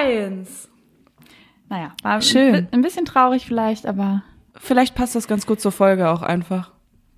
1. Naja, war Schön. Ein bisschen traurig vielleicht, aber... Vielleicht passt das ganz gut zur Folge auch einfach.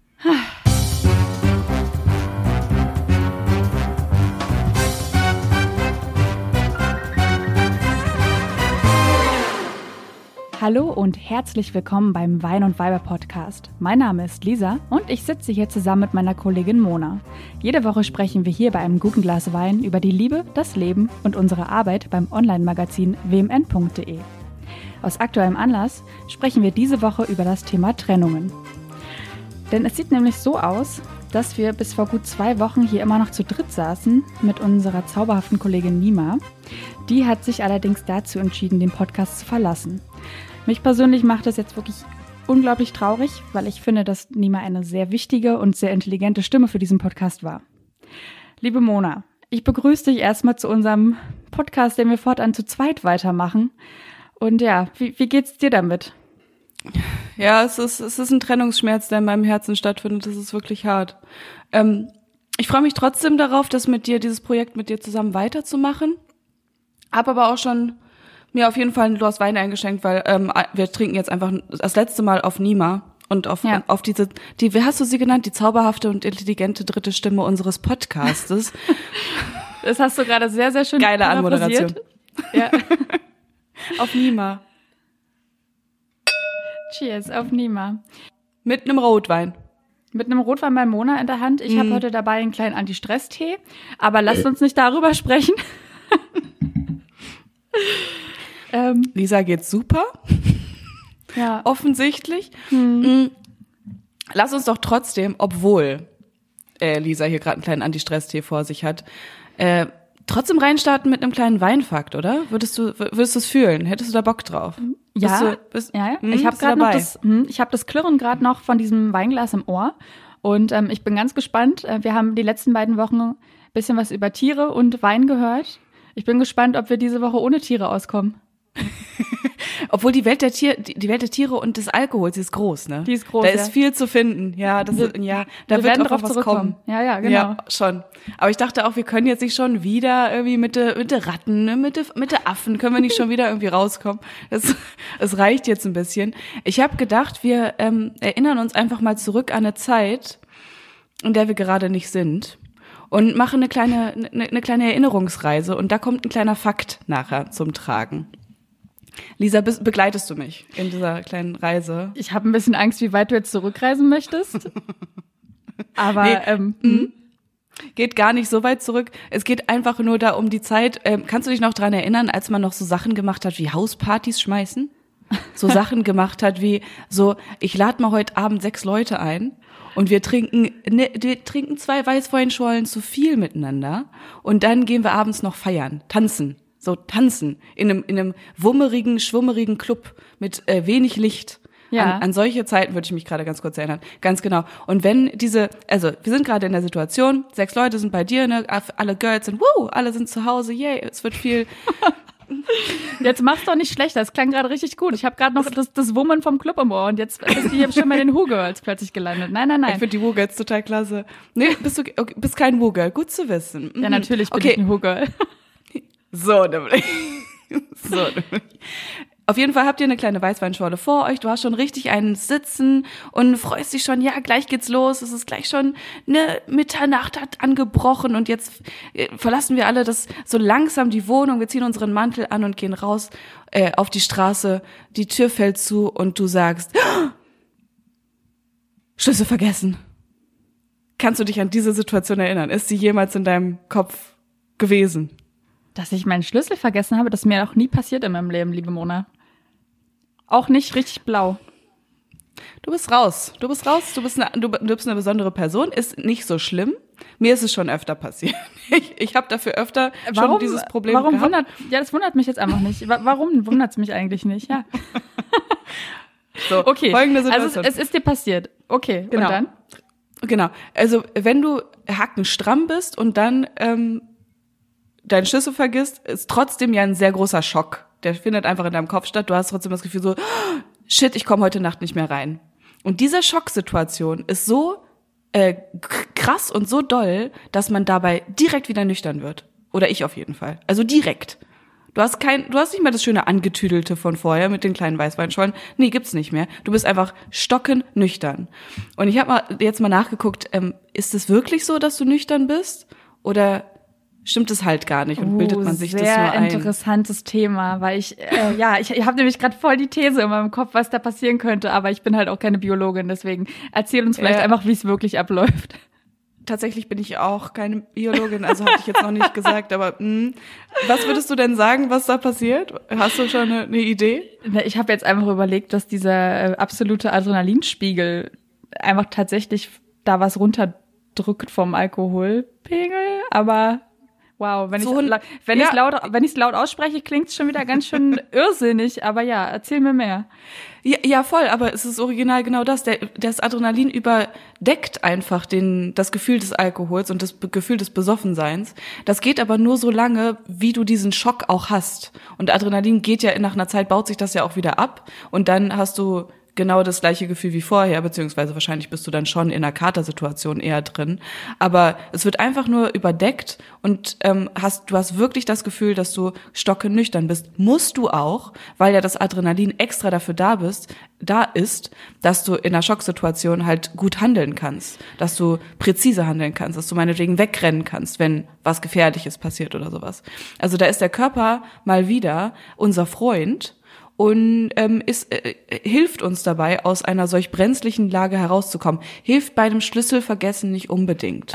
Hallo und herzlich willkommen beim Wein und Weiber Podcast. Mein Name ist Lisa und ich sitze hier zusammen mit meiner Kollegin Mona. Jede Woche sprechen wir hier bei einem guten Glas Wein über die Liebe, das Leben und unsere Arbeit beim Online-Magazin wmn.de. Aus aktuellem Anlass sprechen wir diese Woche über das Thema Trennungen. Denn es sieht nämlich so aus, dass wir bis vor gut 2 Wochen hier immer noch zu dritt saßen mit unserer zauberhaften Kollegin Nima. Die hat sich allerdings dazu entschieden, den Podcast zu verlassen. Mich persönlich macht das jetzt wirklich unglaublich traurig, weil ich finde, dass Nima eine sehr wichtige und sehr intelligente Stimme für diesen Podcast war. Liebe Mona, ich begrüße dich erstmal zu unserem Podcast, den wir fortan zu zweit weitermachen. Und ja, wie geht's dir damit? Ja, es ist ein Trennungsschmerz, der in meinem Herzen stattfindet. Das ist wirklich hart. Ich freue mich trotzdem darauf, dieses Projekt mit dir zusammen weiterzumachen. Hab aber auch schon mir auf jeden Fall ein Glas Wein eingeschenkt, weil wir trinken jetzt einfach das letzte Mal auf Nima und auf diese, wie hast du sie genannt? Die zauberhafte und intelligente dritte Stimme unseres Podcastes. Das hast du gerade sehr, sehr schön geile Anmoderation. Ja. Auf Nima. Cheers, auf Nima. Mit einem Rotwein. Mit einem Rotwein bei Mona in der Hand. Ich habe heute dabei einen kleinen Anti-Stress-Tee, aber lasst uns nicht darüber sprechen. Lisa geht's super. Ja. Offensichtlich. Lass uns doch trotzdem, obwohl Lisa hier gerade einen kleinen Anti-Stress-Tee vor sich hat, trotzdem reinstarten mit einem kleinen Weinfakt, oder? Würdest du es fühlen? Hättest du da Bock drauf? Ja, ich habe gerade noch das Klirren gerade noch von diesem Weinglas im Ohr und ich bin ganz gespannt. Wir haben die letzten beiden Wochen ein bisschen was über Tiere und Wein gehört. Ich bin gespannt, ob wir diese Woche ohne Tiere auskommen. Obwohl die Welt der Tiere und des Alkohols, die ist groß, ne? Die ist groß, Da ist viel zu finden. Ja, da wird auch was kommen. Ja, genau. Ja, schon. Aber ich dachte auch, wir können jetzt nicht schon wieder irgendwie mit der Ratten, ne? mit der Affen, können wir nicht schon wieder irgendwie rauskommen. Es reicht jetzt ein bisschen. Ich habe gedacht, wir erinnern uns einfach mal zurück an eine Zeit, in der wir gerade nicht sind. Und machen eine kleine Erinnerungsreise. Und da kommt ein kleiner Fakt nachher zum Tragen. Lisa, begleitest du mich in dieser kleinen Reise? Ich habe ein bisschen Angst, wie weit du jetzt zurückreisen möchtest. Aber geht gar nicht so weit zurück. Es geht einfach nur da um die Zeit. Kannst du dich noch dran erinnern, als man noch so Sachen gemacht hat wie Hauspartys schmeißen? So Sachen gemacht hat wie so, ich lade mal heute Abend 6 Leute ein. Und wir trinken 2 Weißweinschorlen zu viel miteinander und dann gehen wir abends noch feiern, tanzen in einem wummerigen, schwummerigen Club mit wenig Licht. Ja. An solche Zeiten würde ich mich gerade ganz kurz erinnern. Ganz genau. Und wenn wir sind gerade in der Situation, 6 Leute sind bei dir, ne, alle Girls sind, alle sind zu Hause, yay, es wird viel. Jetzt mach's doch nicht schlechter, das klang gerade richtig gut. Ich habe gerade noch das Wummen vom Club im Ohr und jetzt bist du hier schon bei den Who-Girls plötzlich gelandet. Nein. Ich finde die Who-Girls total klasse. Nee, bist kein Who-Girl, gut zu wissen. Ja, natürlich bin ich ein Who-Girl. So, nämlich. Auf jeden Fall habt ihr eine kleine Weißweinschorle vor euch, du hast schon richtig einen Sitzen und freust dich schon, ja, gleich geht's los, es ist gleich schon, ne, Mitternacht hat angebrochen und jetzt verlassen wir alle so langsam die Wohnung, wir ziehen unseren Mantel an und gehen raus auf die Straße, die Tür fällt zu und du sagst, Schlüssel vergessen. Kannst du dich an diese Situation erinnern? Ist sie jemals in deinem Kopf gewesen? Dass ich meinen Schlüssel vergessen habe, das ist mir auch nie passiert in meinem Leben, liebe Mona. Auch nicht richtig blau. Du bist raus. Du bist eine besondere Person. Ist nicht so schlimm. Mir ist es schon öfter passiert. Ich habe dafür öfter schon dieses Problem gehabt. Das wundert mich jetzt einfach nicht. Warum wundert es mich eigentlich nicht? Ja. So, okay. Folgende Situation. Also es ist dir passiert. Okay, genau. Und dann? Genau. Also wenn du hackenstramm bist und dann deinen Schlüssel vergisst, ist trotzdem ja ein sehr großer Schock. Der findet einfach in deinem Kopf statt. Du hast trotzdem das Gefühl so, shit, ich komme heute Nacht nicht mehr rein. Und diese Schocksituation ist so krass und so doll, dass man dabei direkt wieder nüchtern wird. Oder ich auf jeden Fall. Also direkt. Du hast nicht mehr das schöne Angetüdelte von vorher mit den kleinen Weißweinschollen. Nee, gibt's nicht mehr. Du bist einfach stockennüchtern. Und ich habe jetzt mal nachgeguckt, ist es wirklich so, dass du nüchtern bist? Oder stimmt es halt gar nicht und bildet man sich das nur ein? Sehr interessantes Thema, weil ich habe nämlich gerade voll die These in meinem Kopf, was da passieren könnte, aber ich bin halt auch keine Biologin, deswegen erzähl uns vielleicht einfach, wie es wirklich abläuft. Tatsächlich bin ich auch keine Biologin, also hatte ich jetzt noch nicht gesagt, aber was würdest du denn sagen, was da passiert? Hast du schon eine Idee? Ich habe jetzt einfach überlegt, dass dieser absolute Adrenalinspiegel einfach tatsächlich da was runterdrückt vom Alkoholpegel, aber wow, wenn ich es laut ausspreche, klingt es schon wieder ganz schön irrsinnig, aber ja, erzähl mir mehr. Ja, voll, aber es ist original genau das. Das Adrenalin überdeckt einfach das Gefühl des Alkohols und das Gefühl des Besoffenseins. Das geht aber nur so lange, wie du diesen Schock auch hast. Und Adrenalin geht ja nach einer Zeit, baut sich das ja auch wieder ab und dann hast du genau das gleiche Gefühl wie vorher, beziehungsweise wahrscheinlich bist du dann schon in einer Katersituation eher drin. Aber es wird einfach nur überdeckt und du hast wirklich das Gefühl, dass du stockennüchtern bist. Musst du auch, weil ja das Adrenalin extra dafür da ist, dass du in einer Schocksituation halt gut handeln kannst, dass du präzise handeln kannst, dass du meinetwegen wegrennen kannst, wenn was Gefährliches passiert oder sowas. Also da ist der Körper mal wieder unser Freund und hilft uns dabei, aus einer solch brenzlichen Lage herauszukommen. Hilft bei dem Schlüsselvergessen nicht unbedingt.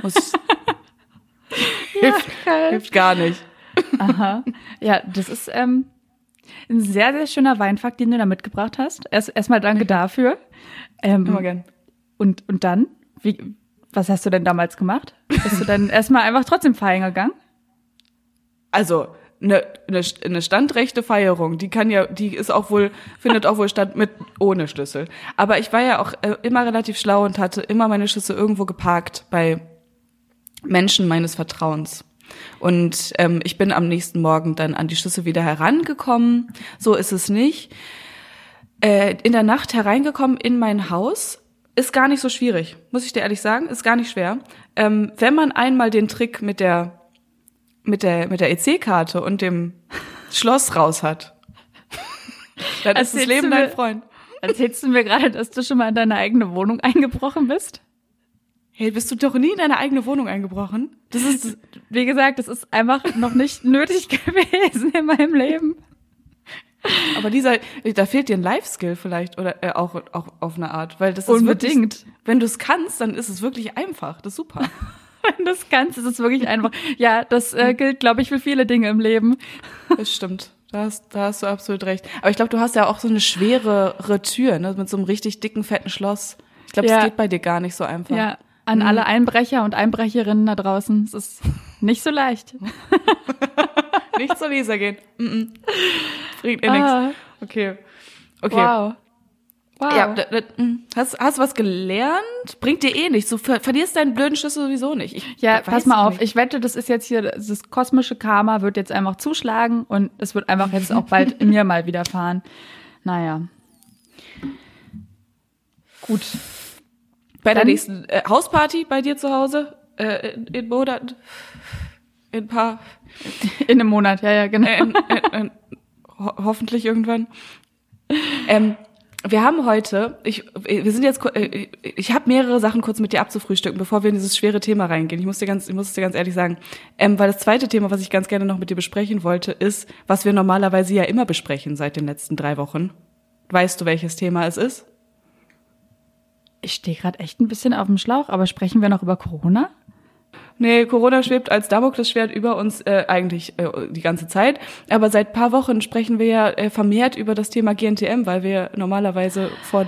Hilft gar nicht. Aha. Ja, das ist ein sehr, sehr schöner Weinfakt, den du da mitgebracht hast. Erstmal danke dafür. Immer gern. Und dann, was hast du denn damals gemacht? Bist du dann erstmal einfach trotzdem feiern gegangen? Also eine standrechte Feierung, findet auch wohl statt ohne Schlüssel. Aber ich war ja auch immer relativ schlau und hatte immer meine Schlüssel irgendwo geparkt bei Menschen meines Vertrauens. Und ich bin am nächsten Morgen dann an die Schlüssel wieder herangekommen. So ist es nicht. In der Nacht hereingekommen in mein Haus ist gar nicht so schwierig, muss ich dir ehrlich sagen, ist gar nicht schwer. Wenn man einmal den Trick mit der EC-Karte und dem Schloss raus hat, dann ist das Leben dein Freund. Erzählst du mir gerade, dass du schon mal in deine eigene Wohnung eingebrochen bist? Hey, bist du doch nie in deine eigene Wohnung eingebrochen? Das ist, wie gesagt, das ist einfach noch nicht nötig gewesen in meinem Leben. Aber da fehlt dir ein Life-Skill vielleicht oder auch auf eine Art, weil das ist unbedingt. Wirklich, wenn du es kannst, dann ist es wirklich einfach. Das ist super. Wenn du es kannst, ist es wirklich einfach. Ja, das gilt, glaube ich, für viele Dinge im Leben. Das stimmt. Da hast du absolut recht. Aber ich glaube, du hast ja auch so eine schwerere Tür, ne, mit so einem richtig dicken, fetten Schloss. Ich glaube, das geht bei dir gar nicht so einfach. Ja, an alle Einbrecher und Einbrecherinnen da draußen. Es ist nicht so leicht. Nicht zur Lisa gehen. Bringt nichts. Okay. Wow. Ja, hast du was gelernt? Bringt dir nichts. Du verlierst deinen blöden Schlüssel sowieso nicht. Pass mal auf. Ich wette, das ist jetzt hier, das kosmische Karma wird jetzt einfach zuschlagen und es wird einfach jetzt auch bald mir mal widerfahren. Naja. Gut. Bei der nächsten Hausparty bei dir zu Hause, in Monat, in einem Monat, ja, genau. Hoffentlich irgendwann. Wir haben heute, ich habe mehrere Sachen kurz mit dir abzufrühstücken, bevor wir in dieses schwere Thema reingehen. Ich muss es dir ganz ehrlich sagen, weil das zweite Thema, was ich ganz gerne noch mit dir besprechen wollte, ist, was wir normalerweise ja immer besprechen seit den letzten 3 Wochen. Weißt du, welches Thema es ist? Ich stehe gerade echt ein bisschen auf dem Schlauch, aber sprechen wir noch über Corona? Nee, Corona schwebt als Damoklesschwert über uns eigentlich die ganze Zeit. Aber seit ein paar Wochen sprechen wir ja vermehrt über das Thema GNTM, weil wir normalerweise vor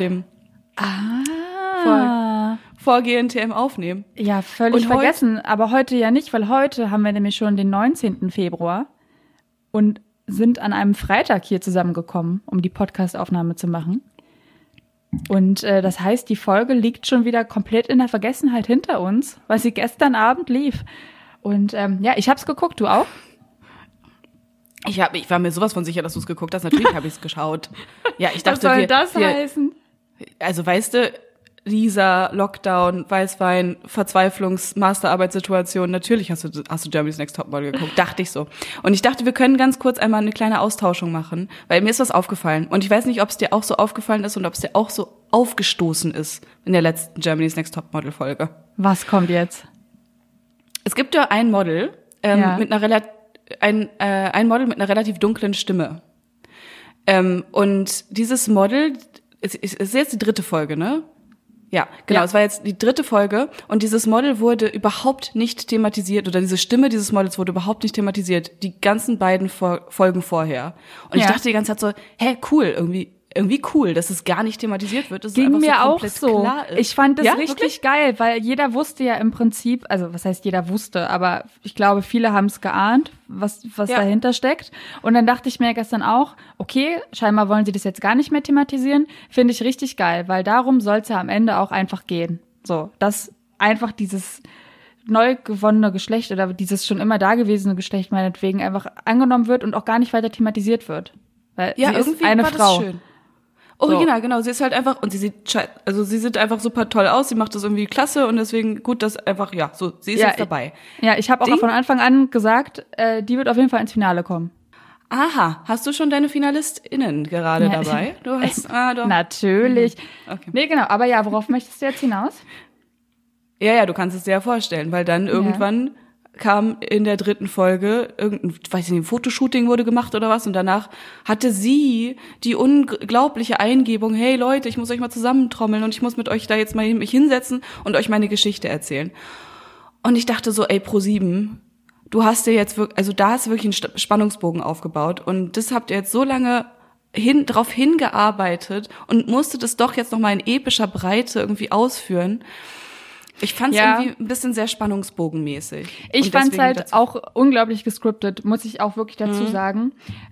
GNTM aufnehmen. Ja, völlig vergessen. Aber heute ja nicht, weil heute haben wir nämlich schon den 19. Februar und sind an einem Freitag hier zusammengekommen, um die Podcast-Aufnahme zu machen. Und das heißt, die Folge liegt schon wieder komplett in der Vergessenheit hinter uns, weil sie gestern Abend lief. Und ich hab's geguckt, du auch? Ich war mir sowas von sicher, dass du es geguckt hast. Natürlich habe ich es geschaut. Ja, ich dachte, was soll das heißen? Also weißt du, Lisa, Lockdown, Weißwein, Masterarbeitssituation. Natürlich hast du Germany's Next Topmodel geguckt, dachte ich so. Und ich dachte, wir können ganz kurz einmal eine kleine Austauschung machen, weil mir ist was aufgefallen. Und ich weiß nicht, ob es dir auch so aufgefallen ist und ob es dir auch so aufgestoßen ist in der letzten Germany's Next Topmodel Folge. Was kommt jetzt? Es gibt ja ein Model mit einer ein Model mit einer relativ dunklen Stimme. Und dieses Model, es ist jetzt die 3. Folge, ne? Ja, genau, es war jetzt die 3. Folge und dieses Model wurde überhaupt nicht thematisiert oder diese Stimme dieses Models wurde überhaupt nicht thematisiert, die ganzen beiden Folgen vorher. Und ich dachte die ganze Zeit so, cool, irgendwie cool, dass es gar nicht thematisiert wird. Dass Ging es mir so auch so. Klar ist. Ich fand das richtig wirklich geil, weil jeder wusste ja im Prinzip, also was heißt jeder wusste, aber ich glaube, viele haben es geahnt, was dahinter steckt. Und dann dachte ich mir gestern auch, okay, scheinbar wollen sie das jetzt gar nicht mehr thematisieren. Finde ich richtig geil, weil darum soll es ja am Ende auch einfach gehen. So, dass einfach dieses neu gewonnene Geschlecht oder dieses schon immer dagewesene Geschlecht meinetwegen einfach angenommen wird und auch gar nicht weiter thematisiert wird. Weil sie ist eine war Frau. Das schön. Original, genau. Sie ist halt einfach, und sie sieht einfach super toll aus, sie macht das irgendwie klasse und deswegen gut, dass einfach, sie ist jetzt dabei. Ich habe auch von Anfang an gesagt, die wird auf jeden Fall ins Finale kommen. Aha, hast du schon deine FinalistInnen gerade dabei? Du hast, doch. Natürlich. Okay. Nee, genau, aber worauf möchtest du jetzt hinaus? Ja, du kannst es dir ja vorstellen, weil dann irgendwann kam in der 3. Folge ein Fotoshooting wurde gemacht oder was und danach hatte sie die unglaubliche Eingebung, hey Leute, ich muss euch mal zusammentrommeln und ich muss mit euch da jetzt mal mich hinsetzen und euch meine Geschichte erzählen. Und ich dachte so, Pro7, du hast dir jetzt wirklich, also da hast du wirklich einen Spannungsbogen aufgebaut und das habt ihr jetzt so lange drauf hingearbeitet und musstet es doch jetzt noch mal in epischer Breite irgendwie ausführen. Ich fand es irgendwie ein bisschen sehr spannungsbogenmäßig. Ich fand es halt auch unglaublich gescriptet, muss ich auch wirklich dazu sagen.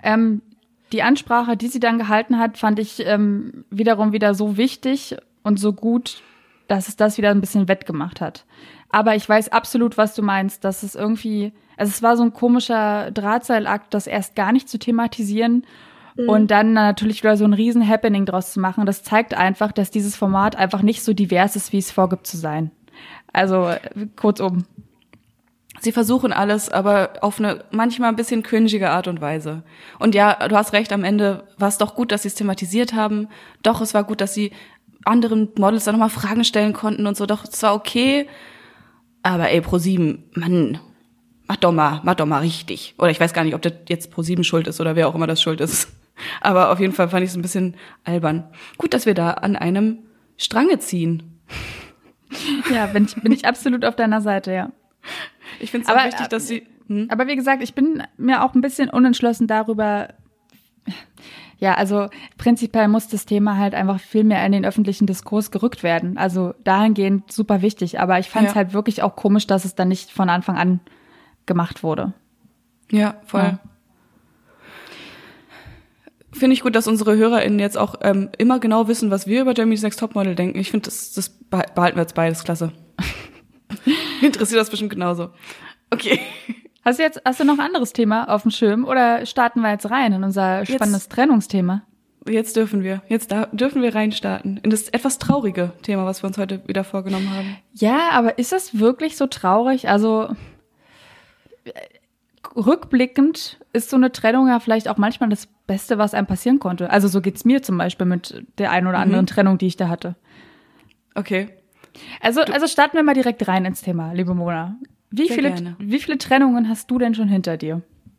Die Ansprache, die sie dann gehalten hat, fand ich wiederum wieder so wichtig und so gut, dass es das wieder ein bisschen wettgemacht hat. Aber ich weiß absolut, was du meinst, dass es irgendwie, also es war so ein komischer Drahtseilakt, das erst gar nicht zu thematisieren und dann natürlich wieder so ein riesen Happening draus zu machen. Das zeigt einfach, dass dieses Format einfach nicht so divers ist, wie es vorgibt zu sein. Also kurzum. Sie versuchen alles, aber auf eine manchmal ein bisschen cringige Art und Weise. Und ja, du hast recht, am Ende war es doch gut, dass sie es thematisiert haben. Doch, es war gut, dass sie anderen Models dann nochmal Fragen stellen konnten und so. Doch, es war okay. Aber Pro7, Mann, mach doch mal richtig. Oder ich weiß gar nicht, ob das jetzt Pro7 schuld ist oder wer auch immer das schuld ist. Aber auf jeden Fall fand ich es ein bisschen albern. Gut, dass wir da an einem Strang ziehen. Ja, bin ich absolut auf deiner Seite, ja. Ich finde es auch wichtig, dass sie... Aber wie gesagt, ich bin mir auch ein bisschen unentschlossen darüber. Ja, also prinzipiell muss das Thema halt einfach viel mehr in den öffentlichen Diskurs gerückt werden. Also dahingehend super wichtig. Aber ich fand es halt wirklich auch komisch, dass es dann nicht von Anfang an gemacht wurde. Ja, voll. Ja. Finde ich gut, dass unsere HörerInnen jetzt auch immer genau wissen, was wir über Germany's Next Topmodel denken. Ich finde, das behalten wir jetzt beides, klasse. Interessiert das bestimmt genauso. Okay. Hast du noch ein anderes Thema auf dem Schirm oder starten wir jetzt rein in unser spannendes Trennungsthema? Jetzt dürfen wir reinstarten in das etwas traurige Thema, was wir uns heute wieder vorgenommen haben. Ja, aber ist das wirklich so traurig? Also rückblickend ist so eine Trennung ja vielleicht auch manchmal das Beste, was einem passieren konnte. Also so geht's mir zum Beispiel mit der einen oder anderen Trennung, die ich da hatte. Okay. Also starten wir mal direkt rein ins Thema, liebe Mona. Wie viele Trennungen hast du denn schon hinter dir?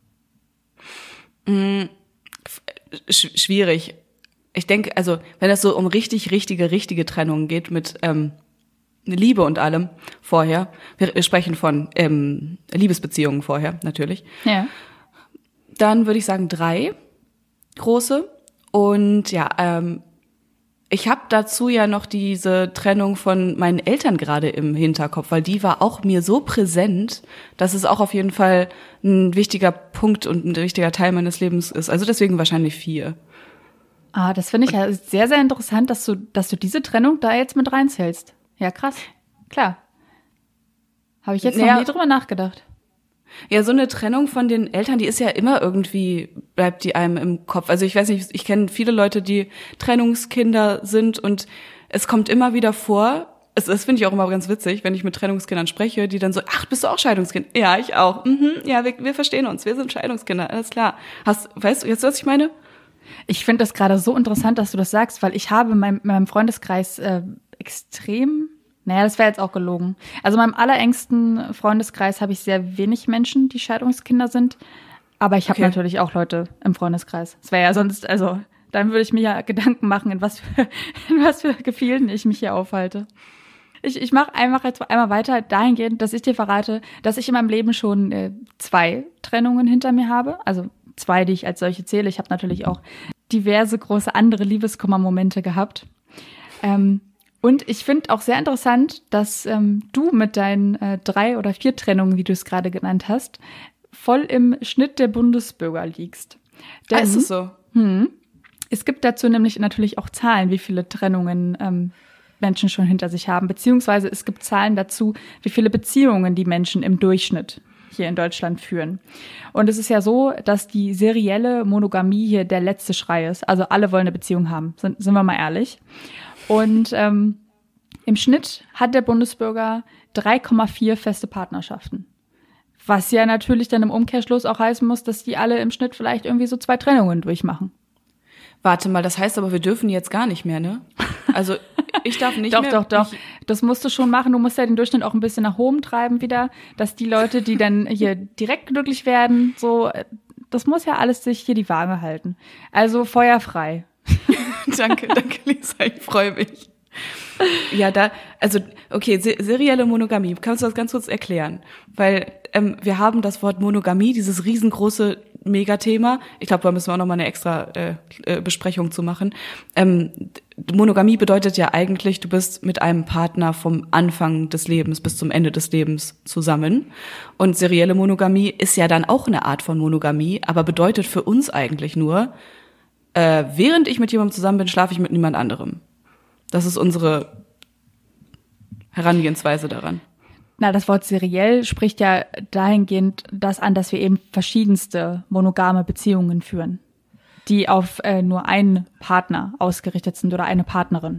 Schwierig. Ich denke, also wenn es so um richtige Trennungen geht mit Liebe und allem vorher, wir sprechen von Liebesbeziehungen vorher natürlich, ja. Dann würde ich sagen 3 große und ich habe dazu ja noch diese Trennung von meinen Eltern gerade im Hinterkopf, weil die war auch mir so präsent, dass es auch auf jeden Fall ein wichtiger Punkt und ein wichtiger Teil meines Lebens ist. Also deswegen wahrscheinlich 4. Ah, das finde ich ja sehr, sehr interessant, dass du diese Trennung da jetzt mit reinzählst. Ja, krass. Klar. Habe ich jetzt noch nie drüber nachgedacht. Ja, so eine Trennung von den Eltern, die ist ja immer irgendwie, bleibt die einem im Kopf. Also ich weiß nicht, ich kenne viele Leute, die Trennungskinder sind und es kommt immer wieder vor, das finde ich auch immer ganz witzig, wenn ich mit Trennungskindern spreche, die dann so, ach, bist du auch Scheidungskind? Ja, ich auch. Ja, wir verstehen uns, wir sind Scheidungskinder, alles klar. Weißt du jetzt, was ich meine? Ich finde das gerade so interessant, dass du das sagst, weil ich habe in meinem Freundeskreis extrem, naja, das wäre jetzt auch gelogen. Also in meinem allerengsten Freundeskreis habe ich sehr wenig Menschen, die Scheidungskinder sind. Aber ich habe natürlich auch Leute im Freundeskreis. Das wäre ja sonst, also dann würde ich mir ja Gedanken machen, in was für Gefilden ich mich hier aufhalte. Ich mache jetzt einmal weiter dahingehend, dass ich dir verrate, dass ich in meinem Leben schon 2 Trennungen hinter mir habe. Also 2, die ich als solche zähle. Ich habe natürlich auch diverse große andere Liebeskummermomente gehabt. Und ich finde auch sehr interessant, dass du mit deinen 3 oder 4 Trennungen, wie du es gerade genannt hast, voll im Schnitt der Bundesbürger liegst. Denn, ist es so? Es gibt dazu nämlich natürlich auch Zahlen, wie viele Trennungen Menschen schon hinter sich haben, beziehungsweise es gibt Zahlen dazu, wie viele Beziehungen die Menschen im Durchschnitt hier in Deutschland führen. Und es ist ja so, dass die serielle Monogamie hier der letzte Schrei ist. Also alle wollen eine Beziehung haben, sind wir mal ehrlich. Und im Schnitt hat der Bundesbürger 3,4 feste Partnerschaften. Was ja natürlich dann im Umkehrschluss auch heißen muss, dass die alle im Schnitt vielleicht irgendwie so 2 Trennungen durchmachen. Warte mal, das heißt aber, wir dürfen jetzt gar nicht mehr, ne? Also ich darf nicht mehr. Doch. Das musst du schon machen. Du musst ja den Durchschnitt auch ein bisschen nach oben treiben wieder, dass die Leute, die dann hier direkt glücklich werden, so, das muss ja alles sich hier die Waage halten. Also feuerfrei. Danke, Lisa, ich freue mich. Ja, okay, serielle Monogamie. Kannst du das ganz kurz erklären? Weil wir haben das Wort Monogamie, dieses riesengroße Megathema. Ich glaube, da müssen wir auch noch mal eine extra Besprechung zu machen. Monogamie bedeutet ja eigentlich, du bist mit einem Partner vom Anfang des Lebens bis zum Ende des Lebens zusammen. Und serielle Monogamie ist ja dann auch eine Art von Monogamie, aber bedeutet für uns eigentlich nur, während ich mit jemandem zusammen bin, schlafe ich mit niemand anderem. Das ist unsere Herangehensweise daran. Na, das Wort seriell spricht ja dahingehend das an, dass wir eben verschiedenste monogame Beziehungen führen, die auf nur einen Partner ausgerichtet sind oder eine Partnerin.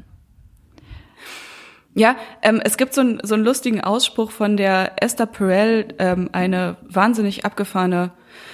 Ja, es gibt so einen lustigen Ausspruch von der Esther Perel, eine wahnsinnig abgefahrene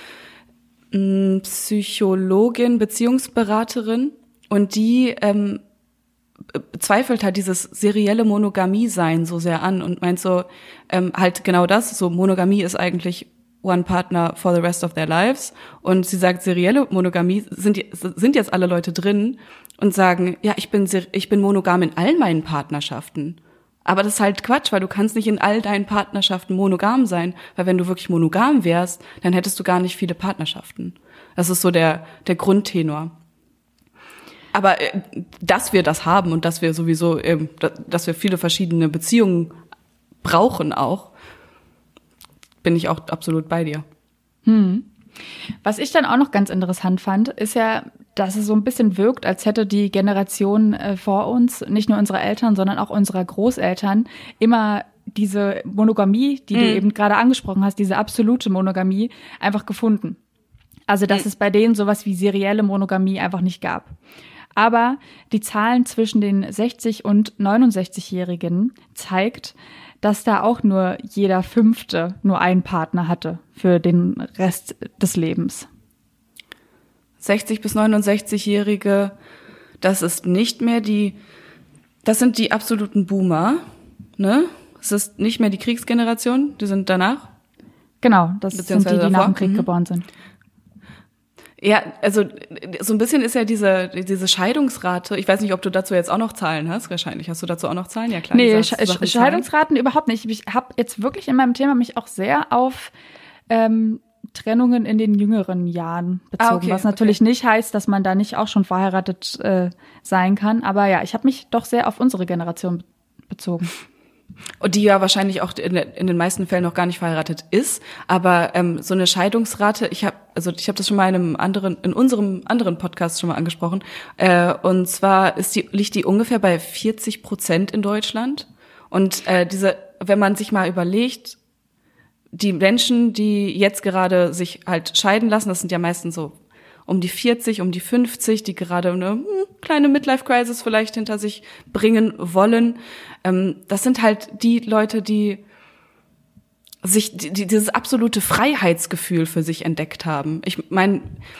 Psychologin, Beziehungsberaterin, und die zweifelt halt dieses serielle Monogamie-Sein so sehr an und meint so, halt genau das, so Monogamie ist eigentlich one partner for the rest of their lives, und sie sagt, serielle Monogamie sind jetzt alle Leute drin und sagen, ja, ich bin monogam in all meinen Partnerschaften. Aber das ist halt Quatsch, weil du kannst nicht in all deinen Partnerschaften monogam sein, weil wenn du wirklich monogam wärst, dann hättest du gar nicht viele Partnerschaften. Das ist so der Grundtenor. Aber dass wir das haben und dass wir sowieso, dass wir viele verschiedene Beziehungen brauchen auch, bin ich auch absolut bei dir. Was ich dann auch noch ganz interessant fand, ist ja, dass es so ein bisschen wirkt, als hätte die Generation vor uns, nicht nur unsere Eltern, sondern auch unsere Großeltern, immer diese Monogamie, die du eben gerade angesprochen hast, diese absolute Monogamie, einfach gefunden. Also, dass es bei denen sowas wie serielle Monogamie einfach nicht gab. Aber die Zahlen zwischen den 60- und 69-Jährigen zeigt, dass da auch nur jeder 5. nur einen Partner hatte für den Rest des Lebens. 60- bis 69-Jährige, das ist nicht mehr das sind die absoluten Boomer, ne? Es ist nicht mehr die Kriegsgeneration, die sind danach. Genau, das sind die nach dem Krieg geboren sind. Ja, also so ein bisschen ist ja diese Scheidungsrate, ich weiß nicht, ob du dazu jetzt auch noch Zahlen hast, wahrscheinlich hast du dazu auch noch Zahlen, ja klar. Nee, Scheidungsraten überhaupt nicht. Ich habe jetzt wirklich in meinem Thema mich auch sehr auf Trennungen in den jüngeren Jahren bezogen, was natürlich nicht heißt, dass man da nicht auch schon verheiratet sein kann, aber ja, ich habe mich doch sehr auf unsere Generation bezogen. Und die ja wahrscheinlich auch in den meisten Fällen noch gar nicht verheiratet ist, aber so eine Scheidungsrate, ich habe das schon mal in unserem anderen Podcast schon mal angesprochen, und zwar liegt die ungefähr bei 40% in Deutschland, und wenn man sich mal überlegt, die Menschen, die jetzt gerade sich halt scheiden lassen, das sind ja meistens so die 40, um die 50, die gerade eine kleine Midlife-Crisis vielleicht hinter sich bringen wollen. Das sind halt die Leute, die sich dieses absolute Freiheitsgefühl für sich entdeckt haben. Ich meine,